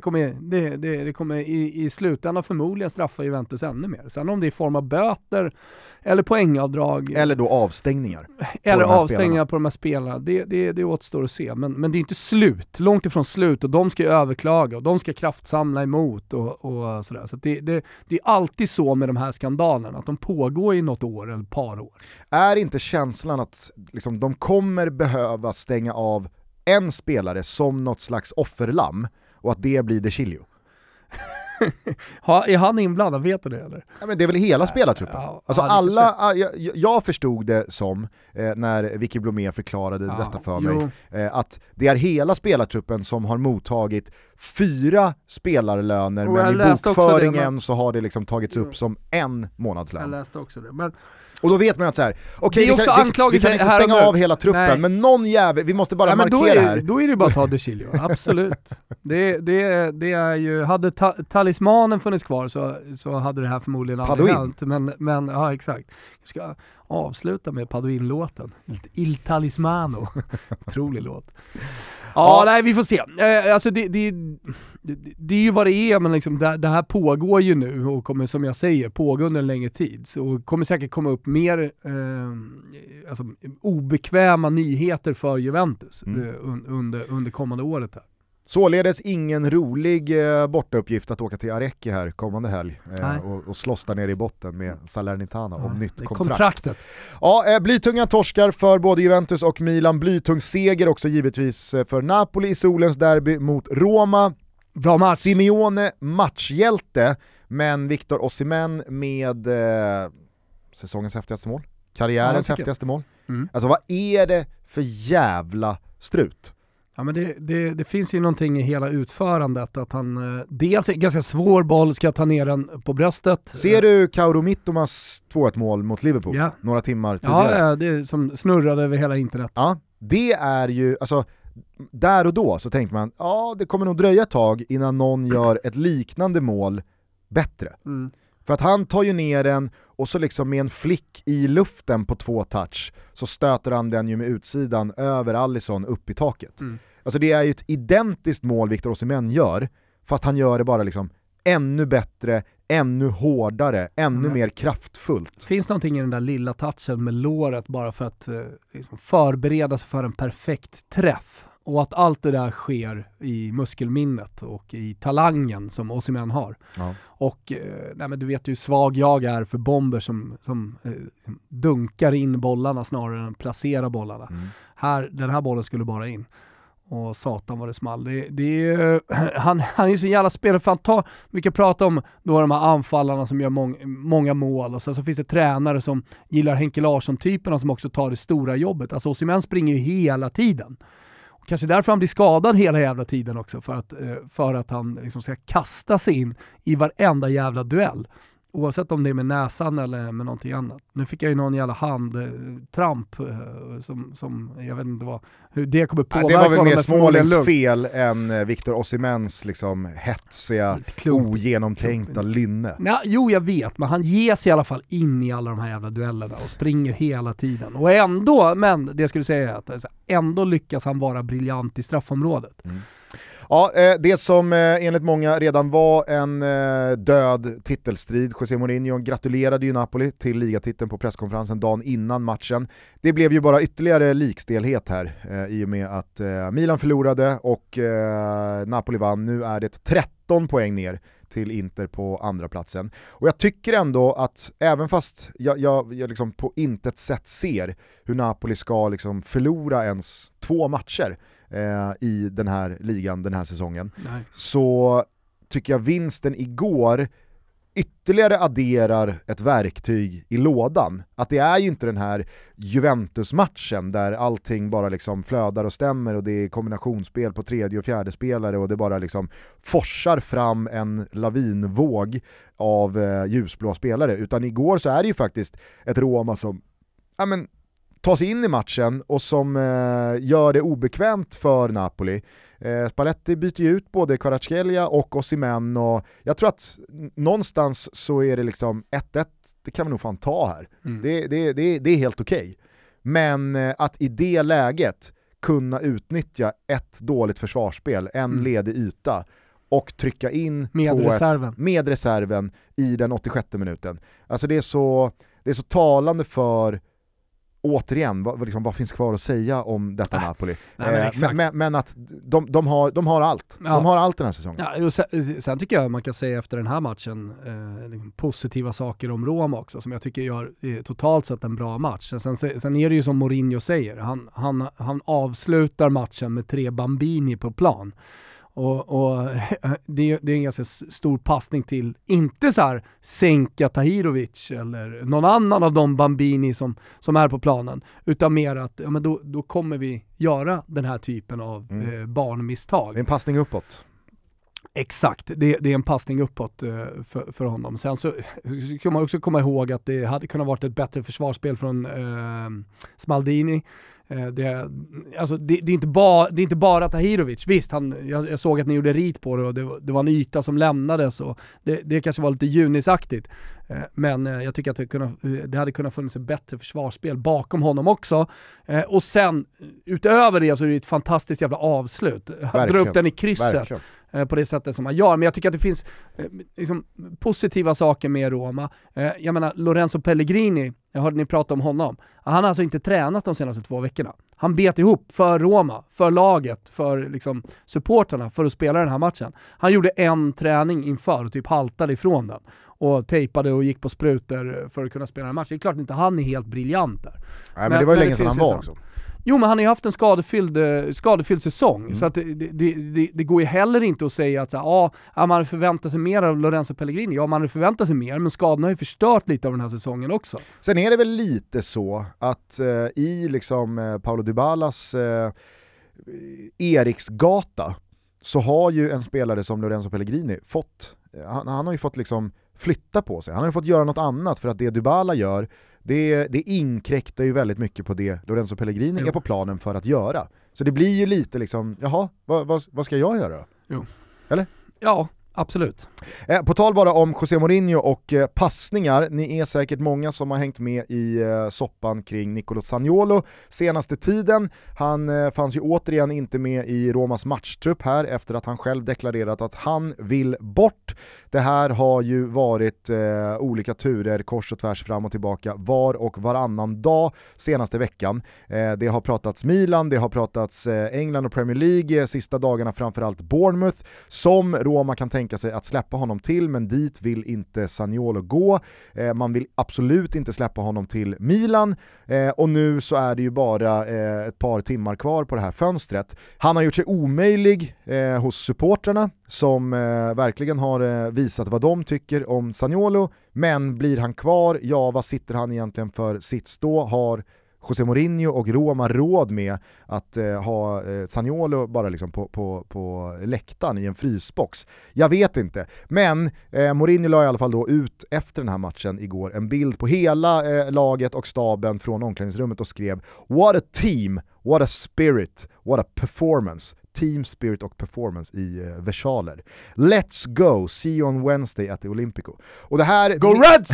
Speaker 2: kommer i slutändan förmodligen straffa Juventus ännu mer. Sen om det är i form av böter eller poängavdrag.
Speaker 1: Eller då avstängningar.
Speaker 2: Eller avstängningar på de här spelarna. Det återstår att se. Men det är inte slut. Långt ifrån slut. Och de ska överklaga. Och de ska kraftsamla emot. Och sådär. Så det är alltid så med de här skandalerna. Att de pågår i något år eller ett par år.
Speaker 1: Är inte känslan att liksom, de kommer behöva stänga av en spelare som något slags offerlamm, och att det blir De Chilio?
Speaker 2: Är han inblandad? Vet du det eller?
Speaker 1: Ja, men det är väl hela spelartruppen. Jag förstod det som när Vicky Blomé förklarade detta för mig, att det är hela spelartruppen som har mottagit 4 spelarlöner, men i bokföringen så har det liksom tagits upp som en månadslön.
Speaker 2: Jag läste också det. Men
Speaker 1: och då vet man att så här, okej, vi kan inte stänga av hela truppen, men någon jävel, vi måste bara markera här.
Speaker 2: Då är det bara att ta De Chilio, absolut. Det är ju, hade talismanen funnits kvar så hade det här förmodligen aldrig hänt. Men ja, exakt. Jag ska avsluta med Paduin-låten. Il Talismano. Otrolig låt. Ja, nej, vi får se. Alltså det är ju vad det är, men liksom det här pågår ju nu och kommer, som jag säger, pågå under en längre tid. Så kommer säkert komma upp mer obekväma nyheter för Juventus under kommande året här.
Speaker 1: Således ingen rolig bortauppgift att åka till Arecchi här kommande helg och slåss där nere i botten med Salernitana om nytt kontrakt. Ja, blytunga torskar för både Juventus och Milan. Blytung seger också givetvis för Napoli i solens derby mot Roma.
Speaker 2: Bra match.
Speaker 1: Simeone matchhjälte, men Victor Osimhen med säsongens häftigaste mål. Karriärens häftigaste mål. Alltså vad är det för jävla strut?
Speaker 2: Ja, men det finns ju någonting i hela utförandet att han dels är ganska svår boll, ska ta ner den på bröstet.
Speaker 1: Ser du Kaoru Mittomas 2-1 mål mot Liverpool några timmar tidigare?
Speaker 2: Ja, det som snurrade över hela internet.
Speaker 1: Ja, det är ju, alltså där och då så tänkte man, det kommer nog dröja ett tag innan någon gör ett liknande mål bättre. För att han tar ju ner den och så liksom med en flick i luften på 2 touch så stöter han den ju med utsidan över Alisson upp i taket. Alltså det är ju ett identiskt mål Victor Osimhen gör, fast han gör det bara liksom ännu bättre, ännu hårdare, ännu mer kraftfullt.
Speaker 2: Finns någonting i den där lilla touchen med låret bara för att liksom förbereda sig för en perfekt träff. Och att allt det där sker i muskelminnet och i talangen som Osimhen har. Ja. Och men du vet ju hur svag jag är för bomber som dunkar in bollarna snarare än placerar bollarna. Den här bollen skulle bara in. Och satan vad det small. Han är ju så jävla spelare, för han tar mycket prata om då de här anfallarna som gör många mål, och sen så finns det tränare som gillar Henke Larsson-typerna som också tar det stora jobbet. Alltså Osimhen springer ju hela tiden. Och kanske därför han blir skadad hela jävla tiden också, för att han liksom ska kasta sig in i varenda jävla duell. Oavsett om det är med näsan eller med någonting annat. Nu fick jag ju någon jävla handtramp som jag vet inte hur det kommer påverka.
Speaker 1: Det var väl mer Smålings fel än Victor Osimhens liksom hetsiga, ogenomtänkta lynne.
Speaker 2: Jo, jag vet, men han ger sig i alla fall in i alla de här jävla duellerna och springer hela tiden. Och ändå, men det jag skulle säga är att ändå lyckas han vara briljant i straffområdet.
Speaker 1: Ja, det som enligt många redan var en död titelstrid. José Mourinho gratulerade ju Napoli till ligatiteln på presskonferensen dagen innan matchen. Det blev ju bara ytterligare likstelhet här i och med att Milan förlorade och Napoli vann. Nu är det 13 poäng ner till Inter på andra platsen. Och jag tycker ändå att även fast jag liksom på intet sätt ser hur Napoli ska liksom förlora ens 2 matcher i den här ligan den här säsongen. Nej. Så tycker jag vinsten igår ytterligare adderar ett verktyg i lådan. Att det är ju inte den här Juventus-matchen där allting bara liksom flödar och stämmer och det är kombinationsspel på 3:e och 4:e spelare och det bara liksom forsar fram en lavinvåg av ljusblå spelare. Utan igår så är det ju faktiskt ett Roma som ta sig in i matchen och som gör det obekvämt för Napoli. Spalletti byter ju ut både Kvaratskhelia och Osimhen, och jag tror att någonstans så är det liksom 1-1, det kan man nog fan ta här. Det är helt okej. Men att i det läget kunna utnyttja ett dåligt försvarsspel, en ledig yta och trycka in med reserven i den 86:e minuten. Alltså det är så talande för återigen, vad finns kvar att säga om detta Napoli? Men att de har allt. Ja. De har allt den här säsongen.
Speaker 2: Ja, och sen tycker jag man kan säga efter den här matchen positiva saker om Roma också, som jag tycker gör totalt sett en bra match. Sen är det ju som Mourinho säger, han avslutar matchen med 3 Bambini på plan. Och det är en ganska stor passning till, inte så här Senka Tahirovic eller någon annan av de Bambini som är på planen, utan mer att då kommer vi göra den här typen av barnmisstag.
Speaker 1: Det är en passning uppåt.
Speaker 2: Exakt, det är en passning uppåt för honom. Sen så kan man också komma ihåg att det hade kunnat varit ett bättre försvarsspel från Smaldini. Det är inte bara Tahirovic. Visst, jag såg att ni gjorde rit på det och det var en yta som lämnades och det kanske var lite junisaktigt. Men jag tycker att det hade kunnat funnits ett bättre försvarsspel bakom honom också. Och sen utöver det så är det ett fantastiskt jävla avslut. Han drar upp den i krysset. Verkligen. På det sättet som man gör. Men jag tycker att det finns liksom, positiva saker med Roma. Jag menar, Lorenzo Pellegrini, jag hörde ni prata om honom. Han har alltså inte tränat de senaste 2 veckorna. Han bet ihop för Roma, för laget, för liksom supporterna för att spela den här matchen. Han gjorde en träning inför och typ haltade ifrån den. Och tejpade och gick på sprutor för att kunna spela en match. Det är klart inte han är helt briljant där.
Speaker 1: Nej, men det var ju länge sedan han var också.
Speaker 2: Jo, men han har ju haft en skadefylld säsong. Så att det går ju heller inte att säga att man förväntar sig mer av Lorenzo Pellegrini. Ja, man förväntar sig mer, men skadorna har ju förstört lite av den här säsongen också.
Speaker 1: Sen är det väl lite så att i liksom Paulo Dybalas Eriksgata så har ju en spelare som Lorenzo Pellegrini fått, han har ju fått liksom flytta på sig. Han har ju fått göra något annat för att det Dybala gör, det inkräktar ju väldigt mycket på det Lorenzo Pellegrini är på planen för att göra. Så det blir ju lite liksom, jaha, vad ska jag göra?
Speaker 2: Jo.
Speaker 1: Eller?
Speaker 2: Ja, absolut.
Speaker 1: På tal bara om José Mourinho och passningar, ni är säkert många som har hängt med i soppan kring Nicolo Zaniolo senaste tiden. Han fanns ju återigen inte med i Romas matchtrupp här efter att han själv deklarerat att han vill bort. Det här har ju varit olika turer kors och tvärs fram och tillbaka var och varannan dag senaste veckan. Det har pratats Milan, det har pratats England och Premier League, sista dagarna framförallt Bournemouth, som Roma kan tänka sig att släppa honom till, men dit vill inte Zaniolo gå. Man vill absolut inte släppa honom till Milan, och nu så är det ju bara ett par timmar kvar på det här fönstret. Han har gjort sig omöjlig hos supporterna som verkligen har visat vad de tycker om Zaniolo, men blir han kvar, ja, vad sitter han egentligen för sits då? Har José Mourinho och Roma råd med att ha Zaniolo bara liksom på läktaren i en frysbox? Jag vet inte. Men Mourinho la i alla fall då ut efter den här matchen igår en bild på hela laget och staben från omklädningsrummet och skrev "What a team, what a spirit, what a performance." Team spirit och performance i versaler. Let's go, see you on Wednesday at the Olympico. Och det här...
Speaker 2: Go Reds!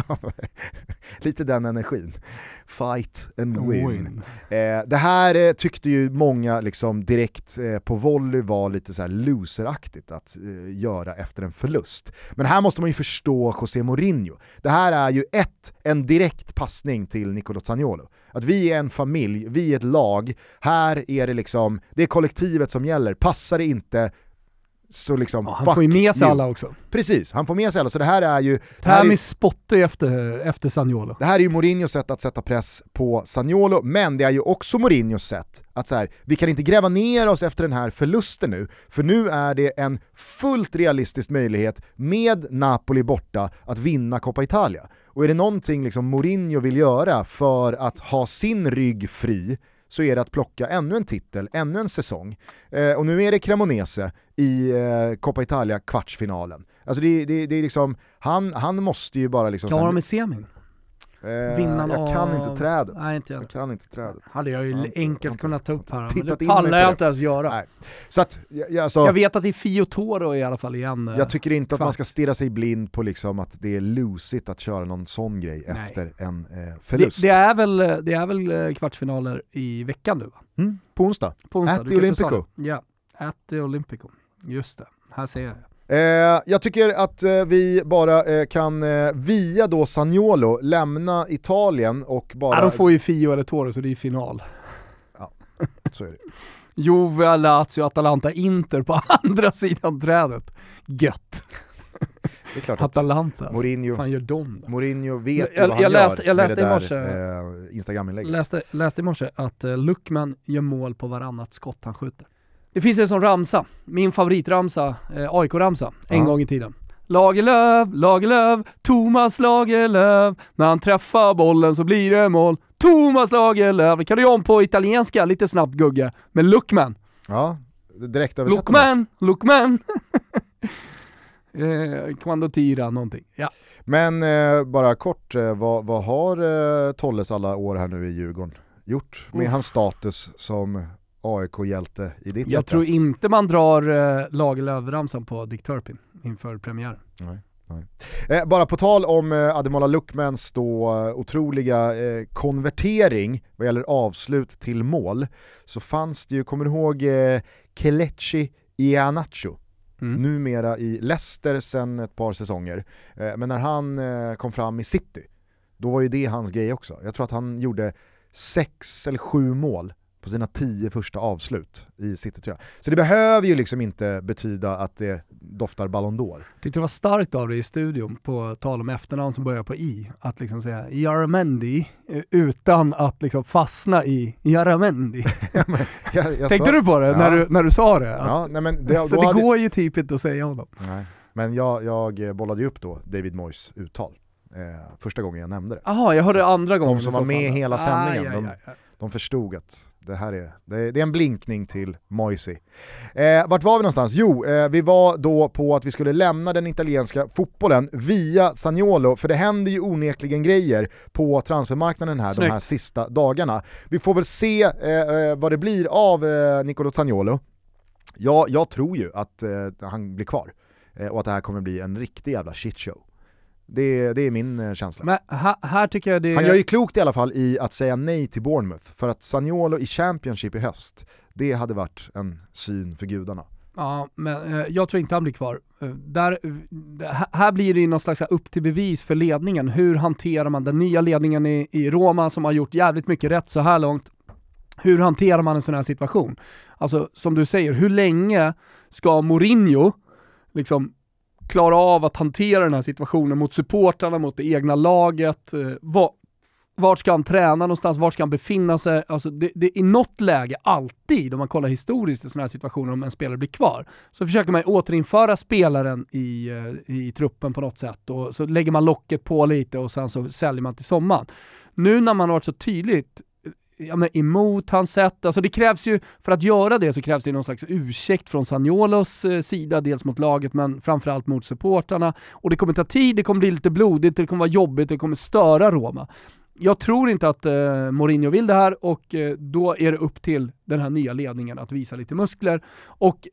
Speaker 1: Lite den energin. Fight and win. Det här tyckte ju många liksom direkt på volley var lite så här loseraktigt att göra efter en förlust. Men här måste man ju förstå José Mourinho. Det här är ju en direkt passning till Nicolo Zaniolo. Att vi är en familj, vi är ett lag. Här är det liksom, det är kollektivet som gäller. Passar det inte så liksom,
Speaker 2: han får ju med sig alla också.
Speaker 1: Precis, han får med sig alla. Så det här är ju...
Speaker 2: Tammy spottar ju efter Zaniolo.
Speaker 1: Det här är ju Mourinhos sätt att sätta press på Zaniolo, men det är ju också Mourinhos sätt att så här, vi kan inte gräva ner oss efter den här förlusten nu, för nu är det en fullt realistisk möjlighet med Napoli borta att vinna Coppa Italia. Och är det någonting liksom Mourinho vill göra för att ha sin rygg fri, så är det att plocka ännu en titel, ännu en säsong. Och nu är det Cremonese i Coppa Italia kvartsfinalen. Alltså det är liksom, han måste ju bara liksom...
Speaker 2: Kan de i semin?
Speaker 1: Jag kan inte trädet.
Speaker 2: Nej, inte
Speaker 1: jag kan inte trädet.
Speaker 2: Hade jag ju enkelt kunnat ta upp här, men
Speaker 1: det
Speaker 2: det pallar jag inte ens göra.
Speaker 1: Nej. Så att,
Speaker 2: jag vet att det är Fio Toro i alla fall igen.
Speaker 1: Jag tycker inte att man ska stirra sig blind på liksom att det är lusigt att köra någon sån grej efter en förlust.
Speaker 2: Det är väl kvartsfinaler i veckan nu, va?
Speaker 1: På onsdag. At the Olympico.
Speaker 2: Ja, at the Olympico. Just det, här ser jag.
Speaker 1: Jag tycker att vi bara kan via då Zaniolo lämna Italien och bara...
Speaker 2: De får ju Fio eller Toro, så det är final.
Speaker 1: Ja, så är det.
Speaker 2: Juve, Lazio, Atalanta, Inter på andra sidan trädet. Gött.
Speaker 1: Det är klart
Speaker 2: Atalanta,
Speaker 1: att Mourinho,
Speaker 2: fan gör de då?
Speaker 1: Mourinho vet vad han gör med det där Instagram-inlägget.
Speaker 2: Läste i morse att Lookman gör mål på varannat skott han skjuter. Det finns en sån ramsa, min favoritramsa, AIK-ramsa, en gång i tiden. Lagerlöf, Thomas Lagerlöf, när han träffar bollen så blir det mål. Thomas Lagerlöf, kan du göra om på italienska lite snabbt, Gugge, med Lookman.
Speaker 1: Ja, direkt översättning.
Speaker 2: Lookman. Quando tira någonting. Ja.
Speaker 1: Men bara kort, vad har Tolles alla år här nu i Djurgården gjort med hans status som AIK-hjälte i ditt hjärta?
Speaker 2: Jag tror inte man drar Lagerlöf-ramsan på Dick Turpin inför premiären.
Speaker 1: Nej. Bara på tal om Ademola Lookmans då otroliga konvertering vad gäller avslut till mål, så fanns det ju, kommer du ihåg Kelechi Iheanacho? Numera i Leicester sedan ett par säsonger. Men när han kom fram i City, då var ju det hans grej också. Jag tror att han gjorde 6 eller 7 mål på sina 10 första avslut i City-tröjan. Så det behöver ju liksom inte betyda att det doftar Ballon d'Or.
Speaker 2: Tyckte det var starkt av dig i studion på tal om efternamn som börjar på I, att liksom säga Jaramendi utan att liksom fastna i Jaramendi. Tänkte du på det när du sa det?
Speaker 1: Ja, nej, men det,
Speaker 2: så det går ju typ inte att säga honom.
Speaker 1: Nej. Men jag bollade ju upp då David Moyes uttal första gången jag nämnde det.
Speaker 2: Jaha, jag hörde andra gången.
Speaker 1: De som var med hela sändningen, de förstod att det här är en blinkning till Moisey. Vart var vi någonstans? Jo, vi var då på att vi skulle lämna den italienska fotbollen via Zaniolo, för det händer ju onekligen grejer på transfermarknaden här. Snyggt. De här sista dagarna. Vi får väl se vad det blir av Nicolo Zaniolo. Jag tror ju att han blir kvar och att det här kommer bli en riktig jävla shitshow. Det är min känsla.
Speaker 2: Men här tycker jag
Speaker 1: Han gör ju klokt i alla fall i att säga nej till Bournemouth, för att Zaniolo i Championship i höst, det hade varit en syn för gudarna.
Speaker 2: Ja, men jag tror inte han blir kvar. Här blir det ju någon slags upp till bevis för ledningen. Hur hanterar man den nya ledningen i Roma som har gjort jävligt mycket rätt så här långt? Hur hanterar man en sån här situation? Alltså, som du säger, hur länge ska Mourinho liksom klara av att hantera den här situationen mot supportrarna, mot det egna laget? Vart ska han träna någonstans? Vart ska han befinna sig? Alltså det i något läge, alltid, om man kollar historiskt i sådana här situationer, om en spelare blir kvar, så försöker man återinföra spelaren i truppen på något sätt, och så lägger man locket på lite och sen så säljer man till sommaren. Nu när man har varit så tydligt emot hans sätt, alltså det krävs ju, för att göra det så krävs det någon slags ursäkt från Zaniolos sida, dels mot laget men framförallt mot supportarna, och det kommer ta tid, det kommer bli lite blodigt, det kommer vara jobbigt, det kommer störa Roma. Jag tror inte att Mourinho vill det här, och då är det upp till den här nya ledningen att visa lite muskler och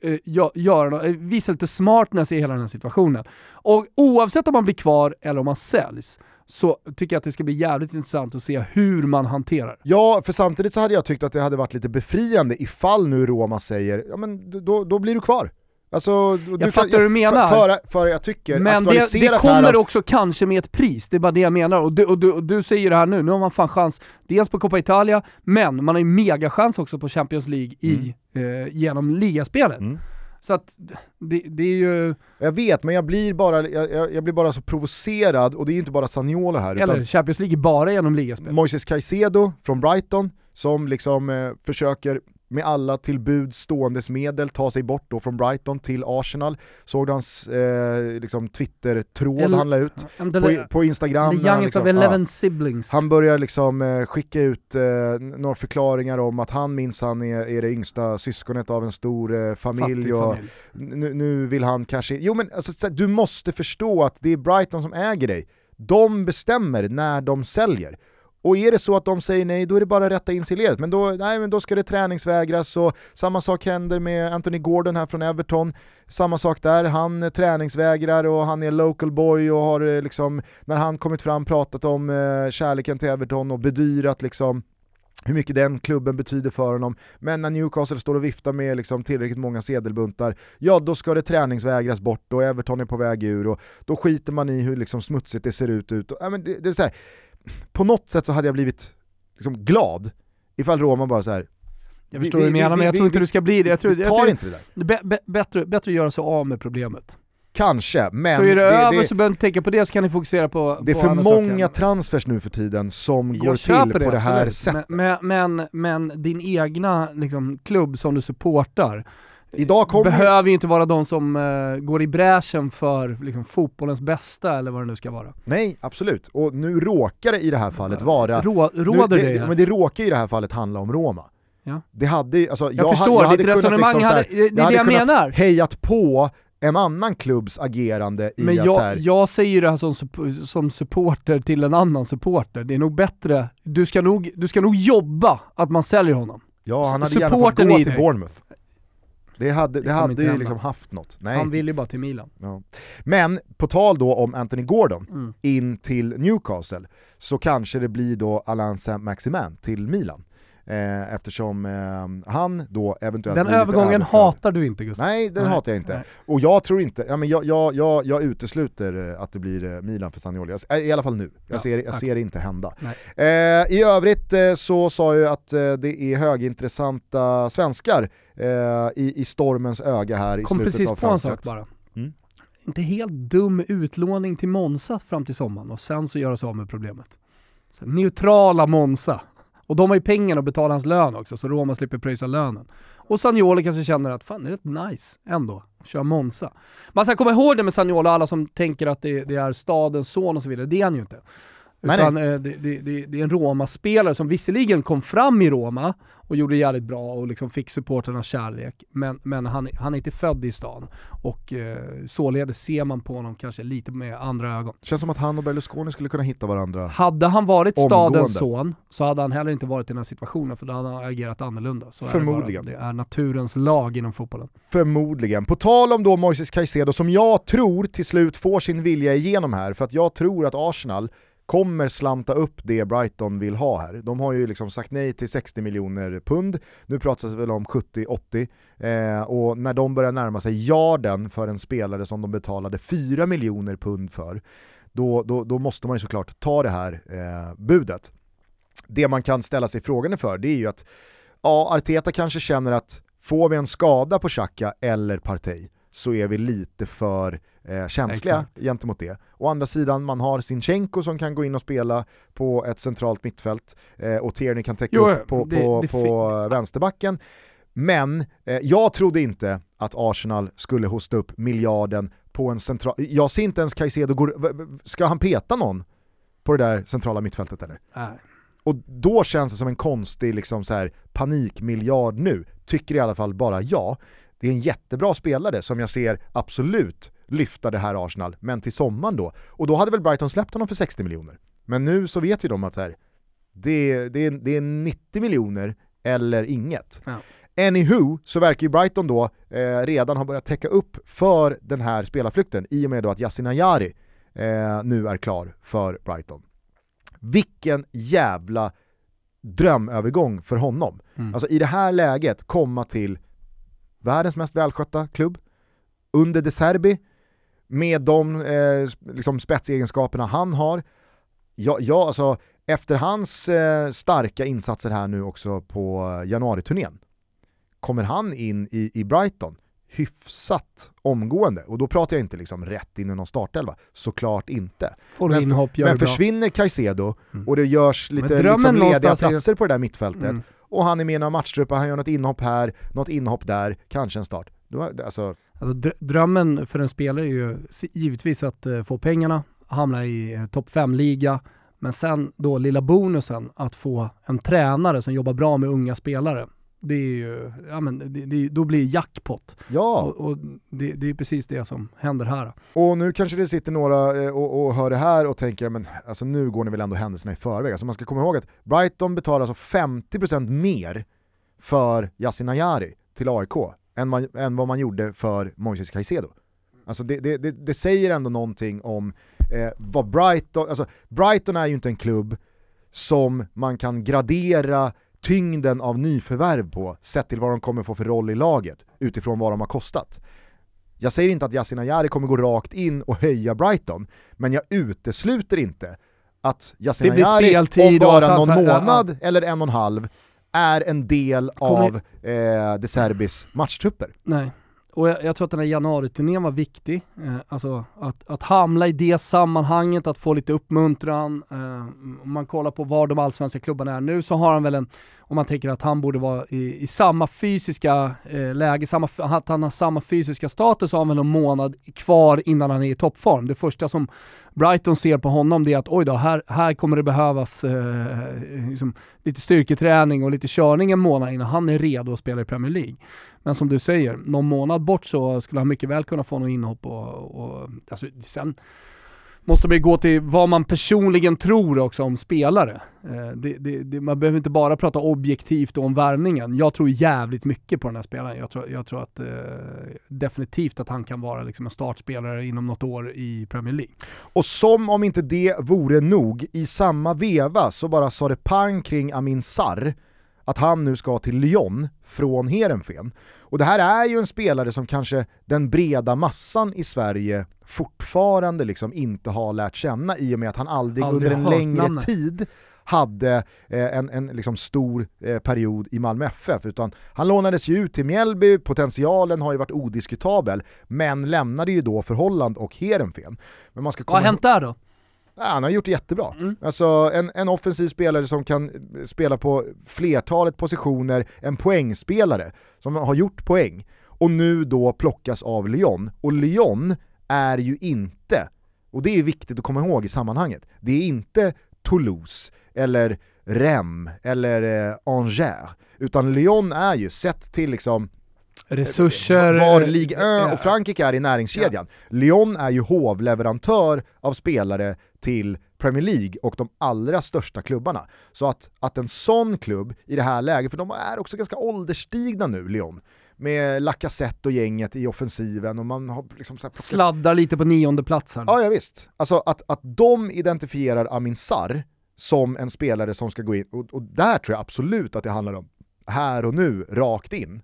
Speaker 2: visa lite smartness i hela den här situationen. Och oavsett om man blir kvar eller om man säljs, så tycker jag att det ska bli jävligt intressant att se hur man hanterar.
Speaker 1: Ja, för samtidigt så hade jag tyckt att det hade varit lite befriande ifall nu Roma säger, ja men då blir du kvar. Alltså,
Speaker 2: jag fattar hur du menar.
Speaker 1: För jag tycker,
Speaker 2: men det kommer här också kanske med ett pris, det är bara det jag menar. Och du säger det här nu har man fan chans dels på Coppa Italia, men man har ju mega chans också på Champions League genom ligaspelet. Så att det är ju...
Speaker 1: Jag vet, men jag blir bara så provocerad, och det är ju inte bara Zaniolo här.
Speaker 2: Eller utan Champions League bara genom ligaspelet.
Speaker 1: Moises Caicedo från Brighton, som liksom försöker med alla tillbud ståendes medel ta sig bort då från Brighton till Arsenal. Såg hans liksom Twitter-tråd han la ut på Instagram.
Speaker 2: The youngest of 11 siblings.
Speaker 1: Han börjar liksom skicka ut några förklaringar om att han minsann är det yngsta syskonet av en stor familj. Och nu vill han kanske... Jo, men alltså, du måste förstå att det är Brighton som äger dig. De bestämmer när de säljer. Och är det så att de säger nej, då är det bara att rätta in sig i ledet. Men då ska det träningsvägras, och samma sak händer med Anthony Gordon här från Everton. Samma sak där, han träningsvägrar och han är local boy och har liksom, när han kommit fram, pratat om kärleken till Everton och bedyrat liksom hur mycket den klubben betyder för honom. Men när Newcastle står och viftar med liksom tillräckligt många sedelbuntar, ja då ska det träningsvägras bort och Everton är på väg ur, och då skiter man i hur liksom smutsigt det ser ut. Ja, men det är så här, på något sätt så hade jag blivit liksom glad ifall Roma bara så här.
Speaker 2: Jag förstår vad du menar, men jag tror inte du ska bli det. Jag tror
Speaker 1: inte det där.
Speaker 2: Bättre att göra sig av med problemet.
Speaker 1: Kanske, men...
Speaker 2: Så är det över så behöver du tänka på det, så kan ni fokusera på
Speaker 1: det är för många transfers nu för tiden som går till på det här sättet.
Speaker 2: Men din egna liksom, klubb som du supportar
Speaker 1: idag
Speaker 2: behöver ju inte vara de som går i bräschen för liksom, fotbollens bästa eller vad det nu ska vara.
Speaker 1: Nej, absolut. Och nu råkar det i det här fallet vara... Men det råkar i det här fallet handla om Roma.
Speaker 2: Ja.
Speaker 1: Det hade, alltså,
Speaker 2: jag förstår, ditt resonemang
Speaker 1: det är det jag menar. Hejat på en annan klubbs agerande i
Speaker 2: men
Speaker 1: att
Speaker 2: jag säger det här som supporter till en annan supporter. Det är nog bättre. Du ska nog jobba att man säljer honom.
Speaker 1: Ja, han hade gärna fått gå till Bournemouth. Det hade ju liksom haft något. Nej.
Speaker 2: Han vill ju bara till Milan.
Speaker 1: Ja. Men på tal då om Anthony Gordon in till Newcastle, så kanske det blir då Alain Saint-Maximin till Milan. Eftersom han då eventuellt...
Speaker 2: Den övergången hatar du inte, Gustav?
Speaker 1: Nej, den hatar jag inte. Nej. Och jag tror inte... Jag utesluter att det blir Milan för Zaniolo. I alla fall nu. Jag ser det inte hända. I övrigt så sa jag att det är högintressanta svenskar i stormens öga här i slutet av fönstret. Kom precis på en sak bara.
Speaker 2: Inte helt dum utlåning till Monza fram till sommaren och sen så göra sig av med problemet. Så neutrala Monza. Och de har ju pengarna att betala hans lön också, så Roma slipper pröjsa lönen. Och Zaniolo kanske känner att fan, det är rätt nice ändå att köra Monza. Man ska komma ihåg det med Zaniolo, alla som tänker att det är stadens son och så vidare. Det är han ju inte. Utan det är en Roma-spelare som visserligen kom fram i Roma och gjorde jävligt bra och liksom fick supporternas kärlek. Men han är inte född i stan. Och således ser man på honom kanske lite med andra ögon.
Speaker 1: Känns som att han och Berlusconi skulle kunna hitta varandra.
Speaker 2: Hade han varit stadens son så hade han heller inte varit i den här situationen, för då hade han agerat annorlunda. Så
Speaker 1: förmodligen.
Speaker 2: Det är naturens lag inom fotbollen.
Speaker 1: Förmodligen. På tal om då Moises Caicedo, som jag tror till slut får sin vilja igenom här, för att jag tror att Arsenal kommer slanta upp det Brighton vill ha här. De har ju liksom sagt nej till 60 miljoner pund. Nu pratas det väl om 70-80. Och när de börjar närma sig yarden för en spelare som de betalade 4 miljoner pund för, då måste man ju såklart ta det här budet. Det man kan ställa sig frågan för, det är ju att Arteta kanske känner att får vi en skada på Xhaka eller Partey så är vi lite för känsliga gentemot det. Å andra sidan, man har Zinchenko som kan gå in och spela på ett centralt mittfält och Tierney kan täcka upp på vänsterbacken. Men jag trodde inte att Arsenal skulle hosta upp miljarden på en central... Jag ser inte ens Caicedo ska han peta någon på det där centrala mittfältet eller?
Speaker 2: Nej.
Speaker 1: Och då känns det som en konstig liksom så här panikmiljard nu. Tycker i alla fall bara jag. Det är en jättebra spelare som jag ser absolut lyfta det här Arsenal, men till sommaren då. Och då hade väl Brighton släppt honom för 60 miljoner. Men nu så vet vi de att här, det är 90 miljoner eller inget. Ja. Anywho, så verkar ju Brighton då redan ha börjat täcka upp för den här spelarflykten i och med då att Yasin Ayari nu är klar för Brighton. Vilken jävla drömövergång för honom. Alltså i det här läget komma till världens mest välskötta klubb under De Zerbi med de liksom spetsegenskaperna han har. Ja, alltså efter hans starka insatser här nu också på januariturnén kommer han in i Brighton hyfsat omgående. Och då pratar jag inte liksom rätt in i någon startelva. Såklart inte. Men försvinner Caicedo och det görs lite liksom lediga platser på det där mittfältet och han är med i några matchtrupper, han gör något inhopp här, något inhopp där, kanske en start. Alltså
Speaker 2: drömmen för en spelare är ju givetvis att få pengarna, hamna i topp 5-liga, men sen då lilla bonusen att få en tränare som jobbar bra med unga spelare. Det är ju, då blir det jackpot.
Speaker 1: Ja.
Speaker 2: Och det är precis det som händer här.
Speaker 1: Och nu kanske det sitter några och hör det här och tänker, men alltså nu går ni väl ändå händelserna i förväg. Alltså man ska komma ihåg att Brighton betalar alltså 50% mer för Yasin Ayari till AIK än vad man gjorde för Moises Caicedo. Alltså det säger ändå någonting om vad Brighton... Alltså Brighton är ju inte en klubb som man kan gradera tyngden av nyförvärv på, sett till vad de kommer få för roll i laget utifrån vad de har kostat. Jag säger inte att Yasin Ayari kommer gå rakt in och höja Brighton, men jag utesluter inte att Yasin Ayari om bara någon månad eller 1,5 är en del av De Zerbis matchtrupper.
Speaker 2: Nej. Och jag tror att den här januariturnén var viktig. Alltså att hamna i det sammanhanget, att få lite uppmuntran. Om man kollar på var de allsvenska klubbarna är nu, så har han väl om man tänker att han borde vara i samma fysiska läge, att han har samma fysiska status, så har han väl en månad kvar innan han är i toppform. Det första som Brighton ser på honom, det är att oj då, här kommer det behövas liksom, lite styrketräning och lite körning en månad innan han är redo att spela i Premier League. Men som du säger, någon månad bort så skulle han mycket väl kunna få något inhopp och alltså, sen måste man gå till vad man personligen tror också om spelare. Man behöver inte bara prata objektivt om värvningen. Jag tror jävligt mycket på den här spelaren. Jag tror att definitivt att han kan vara liksom en startspelare inom något år i Premier League.
Speaker 1: Och som om inte det vore nog, i samma veva så bara sa det pang kring Amin Sarr att han nu ska till Lyon från Heerenveen. Och det här är ju en spelare som kanske den breda massan i Sverige fortfarande liksom inte har lärt känna, i och med att han aldrig under en längre tid hade en liksom stor period i Malmö FF, utan han lånades ju ut till Mjällby, potentialen har ju varit odiskutabel, men lämnade ju då för Holland och Heerenveen. Men man ska
Speaker 2: vad har hänt där då?
Speaker 1: Ja, han har gjort det jättebra. Alltså en offensiv spelare som kan spela på flertalet positioner, en poängspelare som har gjort poäng och nu då plockas av Lyon. Och Lyon är ju inte, och det är viktigt att komma ihåg i sammanhanget, det är inte Toulouse eller Rennes eller Angers, utan Lyon är ju sett till liksom
Speaker 2: resurser,
Speaker 1: var Ligue 1 och Frankrike är i näringskedjan. Lyon är ju hovleverantör av spelare till Premier League och de allra största klubbarna. Så att en sån klubb i det här läget, för de är också ganska ålderstigna nu, Lyon, med Lacazette och gänget i offensiven, och man har liksom så här
Speaker 2: sladdar lite på 9:e plats här.
Speaker 1: Ja, visst. Alltså att de identifierar Amin Sarr som en spelare som ska gå in, och där tror jag absolut att det handlar om här och nu, rakt in.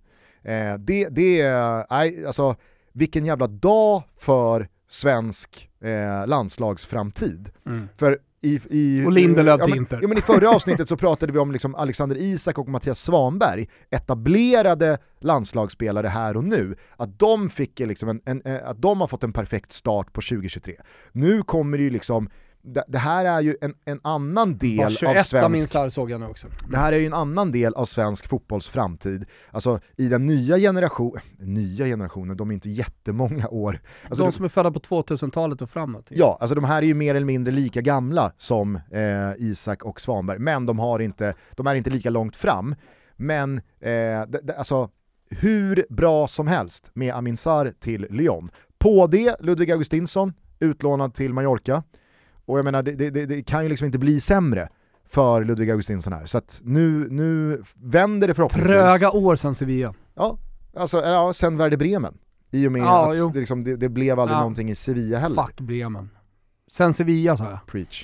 Speaker 1: Alltså vilken jävla dag för svensk landslagsframtid. För
Speaker 2: och Lindelöf till Inter.
Speaker 1: Men i förra avsnittet så pratade vi om liksom Alexander Isak och Mattias Svanberg, etablerade landslagsspelare här och nu, att de fick liksom att de har fått en perfekt start på 2023. Nu kommer det ju liksom, det här är ju en annan del av svensk,
Speaker 2: såg jag nu också.
Speaker 1: Det här är ju en annan del av svensk fotbolls framtid. Alltså i den nya generationen, de är inte jättemånga år. Alltså
Speaker 2: de som är födda på 2000-talet och framåt.
Speaker 1: Ja, alltså de här är ju mer eller mindre lika gamla som Isak och Svanberg, men de är inte lika långt fram. Men alltså hur bra som helst med Amin Sarr till Lyon. På det Ludvig Augustinsson utlånad till Mallorca. Och jag menar, det kan ju liksom inte bli sämre för Ludvig Augustinsson här. Så att nu vänder det förhoppningsvis.
Speaker 2: Tröga år sedan Sevilla.
Speaker 1: Ja, alltså sen Werder Bremen. I och med att det blev aldrig någonting i Sevilla heller.
Speaker 2: Fuck Bremen. Sen Sevilla, sa jag.
Speaker 1: Preach.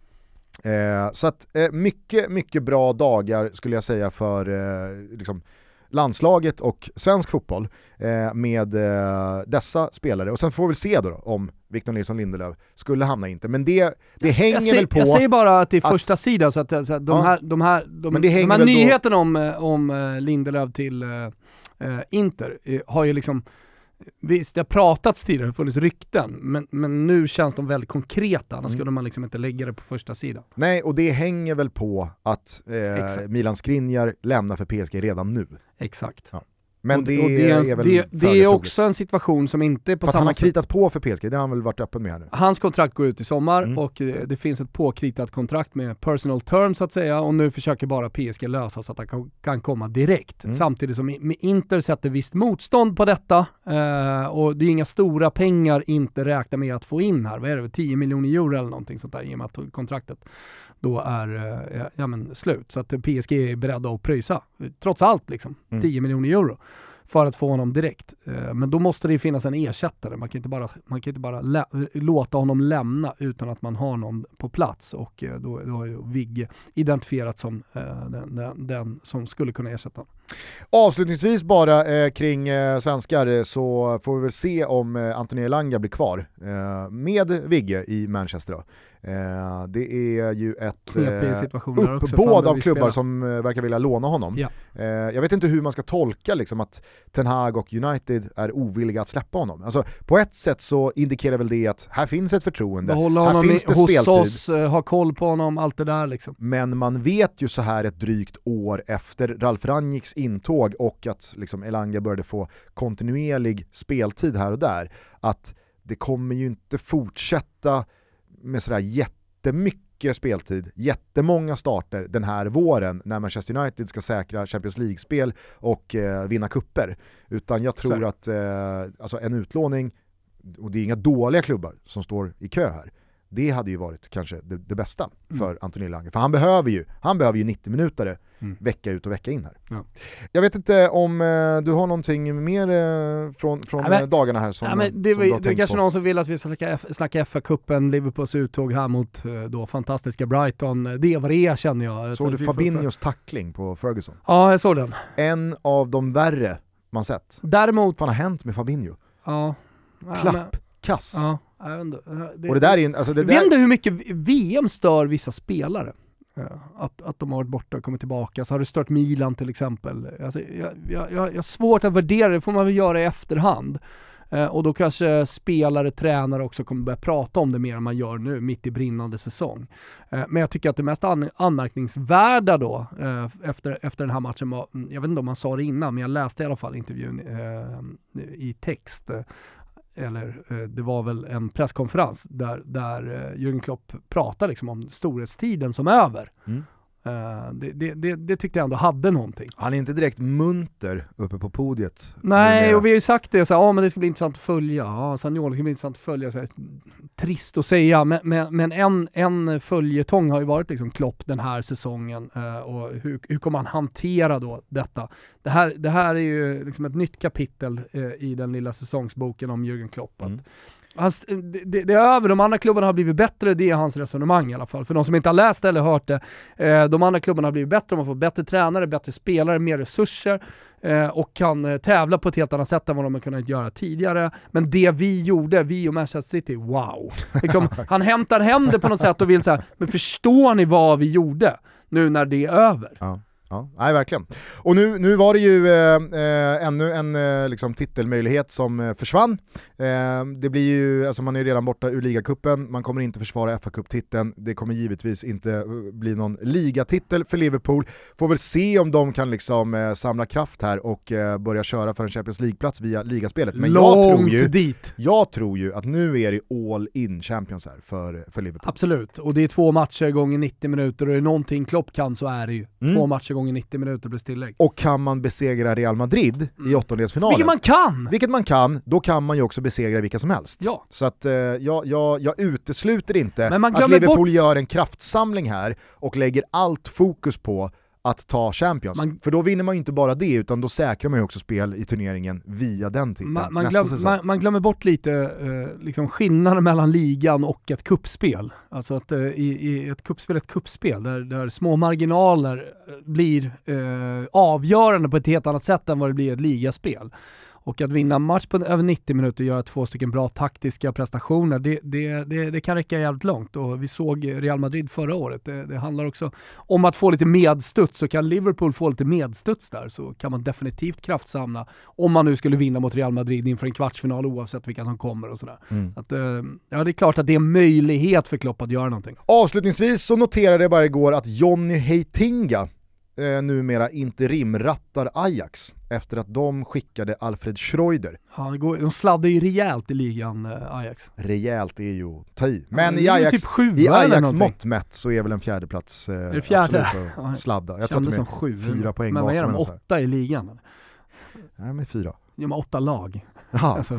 Speaker 1: Så att mycket, mycket bra dagar skulle jag säga för liksom landslaget och svensk fotboll med dessa spelare. Och sen får vi se då om Victor Nilsson Lindelöf skulle hamna inte. Men det hänger väl på...
Speaker 2: Jag säger bara att det är första sidan, så att de här nyheterna om Lindelöf till Inter har ju liksom... Visst, det har pratats tidigare, det funnits rykten, men nu känns de väldigt konkreta, annars skulle man liksom inte lägga det på första sidan.
Speaker 1: Nej, och det hänger väl på att Milan Skriniar lämnar för PSG redan nu.
Speaker 2: Exakt.
Speaker 1: Ja. Men det
Speaker 2: är också en situation som inte är på samma sätt.
Speaker 1: Han har kritat på för PSG, det har han väl varit öppen med här nu.
Speaker 2: Hans kontrakt går ut i sommar och det finns ett påkritat kontrakt med personal terms så att säga, och nu försöker bara PSG lösa så att han kan komma direkt. Samtidigt som med Inter sätter visst motstånd på detta och det är inga stora pengar inte räkna med att få in här. Vad är det? 10 miljoner euro eller någonting sånt där, i och med att kontraktet då är slut. Så att PSG är beredda att pröjsa, trots allt liksom, 10 miljoner euro för att få honom direkt. Men då måste det finnas en ersättare. Man kan inte bara låta honom lämna utan att man har någon på plats, och då har ju Vigge identifierat som den som skulle kunna ersätta honom. Avslutningsvis bara kring svenskar, så får vi väl se om Anthony Elanga blir kvar med Vigge i Manchester då. Det är ju ett uppbåd av klubbar som verkar vilja låna honom. Ja. Jag vet inte hur man ska tolka liksom att Ten Hag och United är ovilliga att släppa honom. Alltså, på ett sätt så indikerar väl det att här finns ett förtroende, här finns det speltid. Hos oss, ha koll på honom, allt det där liksom. Men man vet ju så här ett drygt år efter Ralf Rangnicks intåg och att liksom Elanga började få kontinuerlig speltid här och där, att det kommer ju inte fortsätta med sådär jättemycket speltid, jättemånga starter den här våren när Manchester United ska säkra Champions League-spel och vinna kupper. Utan jag tror att alltså en utlåning, och det är inga dåliga klubbar som står i kö här,
Speaker 1: Det hade ju varit kanske det bästa för Anthony Elanga. För han behöver ju 90 minuter vecka ut och vecka in här. Ja. Jag vet inte om du har någonting mer från dagarna här som,
Speaker 2: det är kanske någon som vill att vi ska snacka FA-cupen, Liverpools uttåg här mot då fantastiska Brighton. Det var det, känner jag.
Speaker 1: Såg du Fabinhos tackling på Ferguson?
Speaker 2: Ja, jag såg den.
Speaker 1: En av de värre man sett.
Speaker 2: Däremot...
Speaker 1: Vad har hänt med Fabinho?
Speaker 2: Ja.
Speaker 1: Kass.
Speaker 2: Ja,
Speaker 1: och det där är alltså
Speaker 2: jag vet inte hur mycket VM stör vissa spelare. Att de har varit borta och kommit tillbaka. Så har det stört Milan till exempel. Alltså, jag har svårt att värdera det. Får man väl göra i efterhand. Och då kanske spelare, tränare också kommer börja prata om det mer än man gör nu mitt i brinnande säsong. Men jag tycker att det mest anmärkningsvärda då efter den här matchen var, jag vet inte om man sa det innan, men jag läste i alla fall intervjun i text. Eller det var väl en presskonferens där Jürgen Klopp pratade liksom om storhetstiden som över. Det tyckte jag ändå hade någonting.
Speaker 1: Han är inte direkt munter uppe på podiet.
Speaker 2: Nej, och vi har ju sagt det så men det ska bli intressant att följa. Ja, Sagnol ska bli intressant att följa. Så här, trist att säga, men en följetong har ju varit liksom Klopp den här säsongen. Och hur kommer han hantera då detta? Det här är ju liksom ett nytt kapitel i den lilla säsongsboken om Jürgen Klopp. Det är över, de andra klubbarna har blivit bättre, det är hans resonemang i alla fall. För de som inte har läst eller hört det, de andra klubbarna har blivit bättre, man får bättre tränare, bättre spelare, mer resurser och kan tävla på ett helt annat sätt än vad de har kunnat göra tidigare. Men det vi och Manchester City, wow! Liksom, han hämtar hem det på något sätt och vill säga, men förstår ni vad vi gjorde nu när det är över?
Speaker 1: Ja. Ja, nej, verkligen. Och nu var det ju ännu en liksom, titelmöjlighet som försvann. Det blir ju, alltså man är ju redan borta ur ligacupen, man kommer inte försvara FA-cup-titeln, det kommer givetvis inte bli någon ligatitel för Liverpool. Får väl se om de kan liksom samla kraft här och börja köra för en Champions League-plats via ligaspelet. Men jag tror ju att nu är det all in Champions här för Liverpool.
Speaker 2: Absolut, och det är 2 matcher gånger 90 minuter och är det någonting Klopp kan så är det ju 2 matcher gånger 90 minuter plus tillägg.
Speaker 1: Och kan man besegra Real Madrid i åttondelsfinalen,
Speaker 2: vilket man kan,
Speaker 1: då kan man ju också besegra vilka som helst.
Speaker 2: Ja.
Speaker 1: Så att jag utesluter inte att Liverpool gör en kraftsamling här och lägger allt fokus på att ta Champions. För då vinner man ju inte bara det, utan då säkrar man ju också spel i turneringen via den titeln.
Speaker 2: Man glömmer bort lite liksom skillnaden mellan ligan och ett kuppspel. Alltså att i ett kuppspel där små marginaler blir avgörande på ett helt annat sätt än vad det blir ett ligaspel. Och att vinna match på över 90 minuter och göra 2 stycken bra taktiska prestationer, det kan räcka jävligt långt. Och vi såg Real Madrid förra året. Det handlar också om att få lite medstuds. Så kan Liverpool få lite medstuds där, så kan man definitivt kraftsamla om man nu skulle vinna mot Real Madrid inför en kvartsfinal oavsett vilka som kommer och sådär. Det är klart att det är en möjlighet för Klopp att göra någonting.
Speaker 1: Avslutningsvis så noterade jag bara igår att Johnny Heitinga numera interimrattar Ajax efter att de skickade Alfred Schreuder.
Speaker 2: Ja, de sladdar ju rejält i ligan, Ajax.
Speaker 1: Rejält är ju ta i. Men i Ajax, typ 7, i Ajax mått mätt så är väl en fjärdeplats
Speaker 2: är det fjärde?
Speaker 1: Sladda. Jag tror att de är
Speaker 2: 7.
Speaker 1: 4 poäng.
Speaker 2: Men vad är de? 8 i ligan?
Speaker 1: Nej, med 4.
Speaker 2: Ja, med 8 lag.
Speaker 1: Ja.
Speaker 2: Alltså,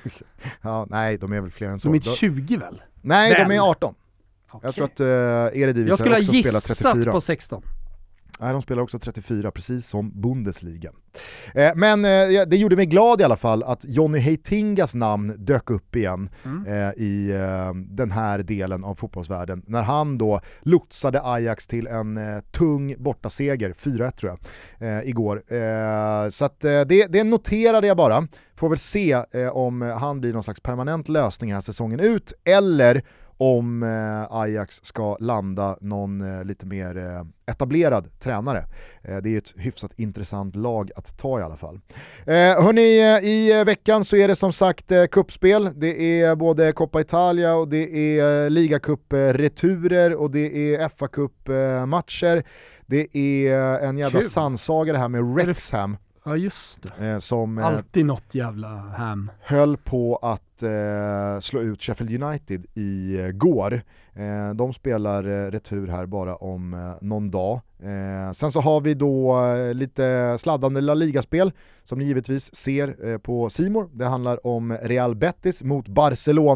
Speaker 1: ja, nej, de är väl fler än så.
Speaker 2: De är inte 20 väl?
Speaker 1: Nej, de är 18. Okay. Jag tror att Eredivisie
Speaker 2: jag skulle
Speaker 1: också
Speaker 2: ha gissat
Speaker 1: 34.
Speaker 2: På 16.
Speaker 1: Nej, de spelar också 34, precis som Bundesliga. Men det gjorde mig glad i alla fall att Johnny Heitingas namn dök upp igen i den här delen av fotbollsvärlden. När han då lotsade Ajax till en tung bortaseger, 4-1 tror jag, igår. Så att det noterade jag bara. Får väl se om han blir någon slags permanent lösning här säsongen ut, eller om Ajax ska landa någon lite mer etablerad tränare. Det är ett hyfsat intressant lag att ta i alla fall. Hörrni, i veckan så är det som sagt kuppspel. Det är både Coppa Italia och det är ligacup-returer och det är FA-cup-matcher. Det är en jävla sannsaga det här med Wrexham.
Speaker 2: Ja, just det.
Speaker 1: Som
Speaker 2: alltid något jävla ham.
Speaker 1: Höll på att slå ut Sheffield United igår. De spelar retur här bara om någon dag. Sen så har vi då lite sladdande La Liga-spel som ni givetvis ser på C More. Det handlar om Real Betis mot Barcelona.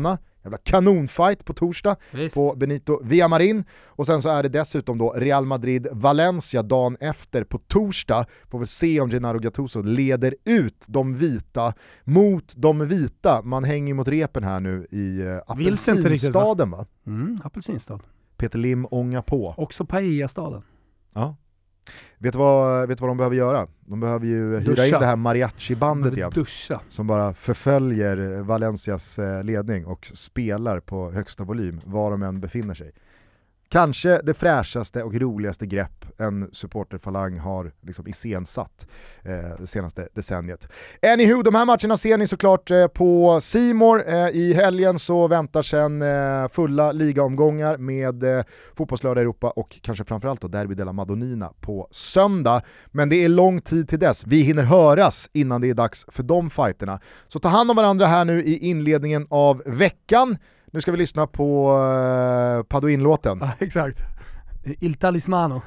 Speaker 1: jävla kanonfight på torsdag.
Speaker 2: Visst.
Speaker 1: På Benito Villamarin. Och sen så är det dessutom då Real Madrid-Valencia dagen efter på torsdag. Får väl se om Gennaro Gattuso leder ut de vita mot de vita. Man hänger mot repen här nu i apelsinstaden, va?
Speaker 2: Apelsinstad.
Speaker 1: Peter Lim ångar på.
Speaker 2: Också Paella-staden.
Speaker 1: Ja. Vet du vad de behöver göra? De behöver ju hyra in det här mariachi-bandet igen.
Speaker 2: Duscha.
Speaker 1: Som bara förföljer Valencias ledning och spelar på högsta volym var de än befinner sig. Kanske det fräschaste och roligaste grepp en supporterfalang har liksom iscensatt det senaste decenniet. Anywho, de här matcherna ser ni såklart på C More. I helgen så väntar sen fulla ligaomgångar med fotbollslördag Europa och kanske framförallt då Derby della Madonnina på söndag. Men det är lång tid till dess. Vi hinner höras innan det är dags för de fighterna. Så ta hand om varandra här nu i inledningen av veckan. Nu ska vi lyssna på Padoin-låten.
Speaker 2: Ja, exakt. Il Talismano.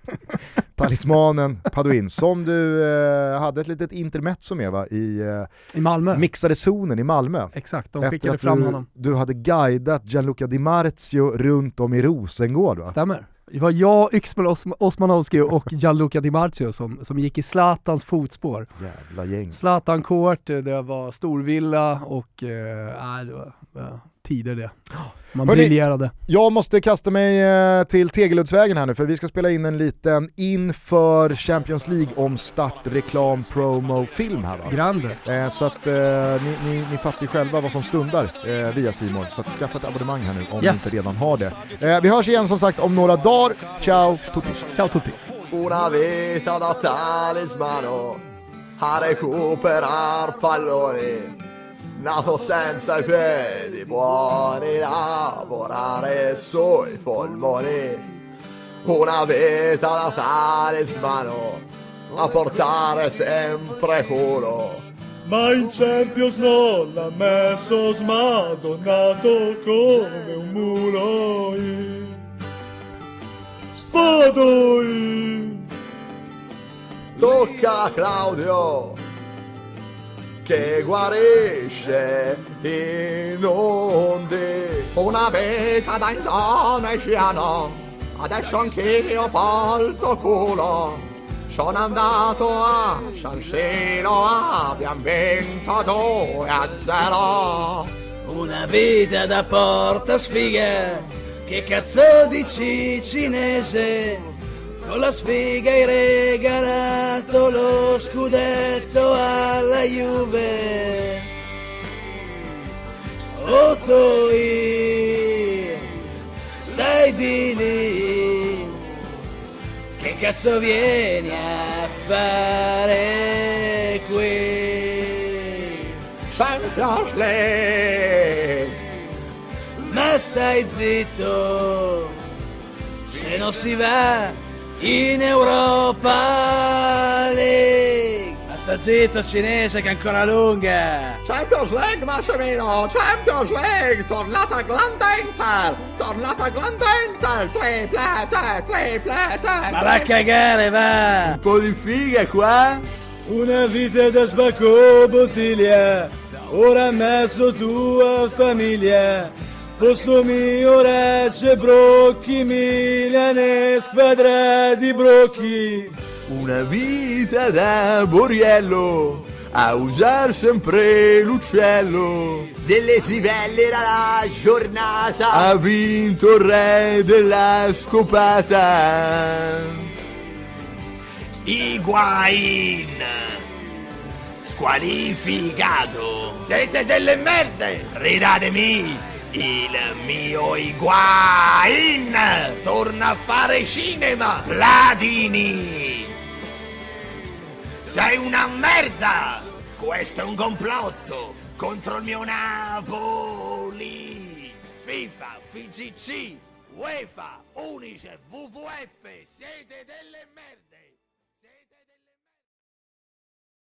Speaker 1: Talismanen Padoin, som du hade ett litet intermezzo med, va? I
Speaker 2: Malmö.
Speaker 1: Mixade zonen i Malmö.
Speaker 2: Exakt, de skickade fram honom.
Speaker 1: Du hade guidat Gianluca Di Marzio runt om i Rosengård, va?
Speaker 2: Stämmer. Det var jag, Yxmel Osmanowski och Gianluca Di Marzio som gick i Zlatans fotspår.
Speaker 1: Jävla gäng.
Speaker 2: Zlatan Court, det var storvilla och det var tider det. Man briljerade.
Speaker 1: Jag måste kasta mig till Tegeluddsvägen här nu, för vi ska spela in en liten inför Champions League om start, reklam, promo, film här, va?
Speaker 2: Grande.
Speaker 1: Så att ni fattar ju själva vad som stundar via C More. Så att skaffa ett abonnemang här nu om ni inte redan har det. Vi hörs igen som sagt om några dagar. Ciao tutti.
Speaker 2: Ciao tutti.
Speaker 3: Una vita da talismano a recuperar palloni, nato senza i piedi buoni, lavorare sui polmoni. Una vita da talismano a portare sempre culo, ma in Champions non l'ha messo smadonnato come un mulo. Padoin. Tocca a Claudio che guarisce i nondi. Una vita da indonesiano, adesso anch'io porto culo. Sono andato a San Siro, abbiamo vinto 2-0.
Speaker 4: Una vita da porta sfiga, che cazzo dici cinese? Con la sfiga hai regalato lo scudetto alla Juve. Ottoi, stai di lì, che cazzo vieni a fare qui?
Speaker 3: Champions League.
Speaker 4: Ma stai zitto, se non si va in Europa League. Ma sta zitto cinese che è ancora lunga.
Speaker 3: Champions League, Massimino, Champions League, tornata grande Inter, triplete.
Speaker 4: Ma va a cagare, va.
Speaker 3: Un po' di figa qua.
Speaker 4: Una vita da sbacco bottiglia, ora ha messo tua famiglia. Posto mio racce brocchi, Milane squadra di brocchi.
Speaker 3: Una vita da Borriello, a usar sempre l'uccello. Delle trivelle dalla giornata, ha vinto il re della scopata.
Speaker 5: Higuain, squalificato. Siete delle merde. Ridatemi il mio Higuain. Torna a fare cinema. Platini, sei una merda. Questo è un complotto contro il mio Napoli. FIFA, FIGC, UEFA, Unicef, WWF, siete delle merde.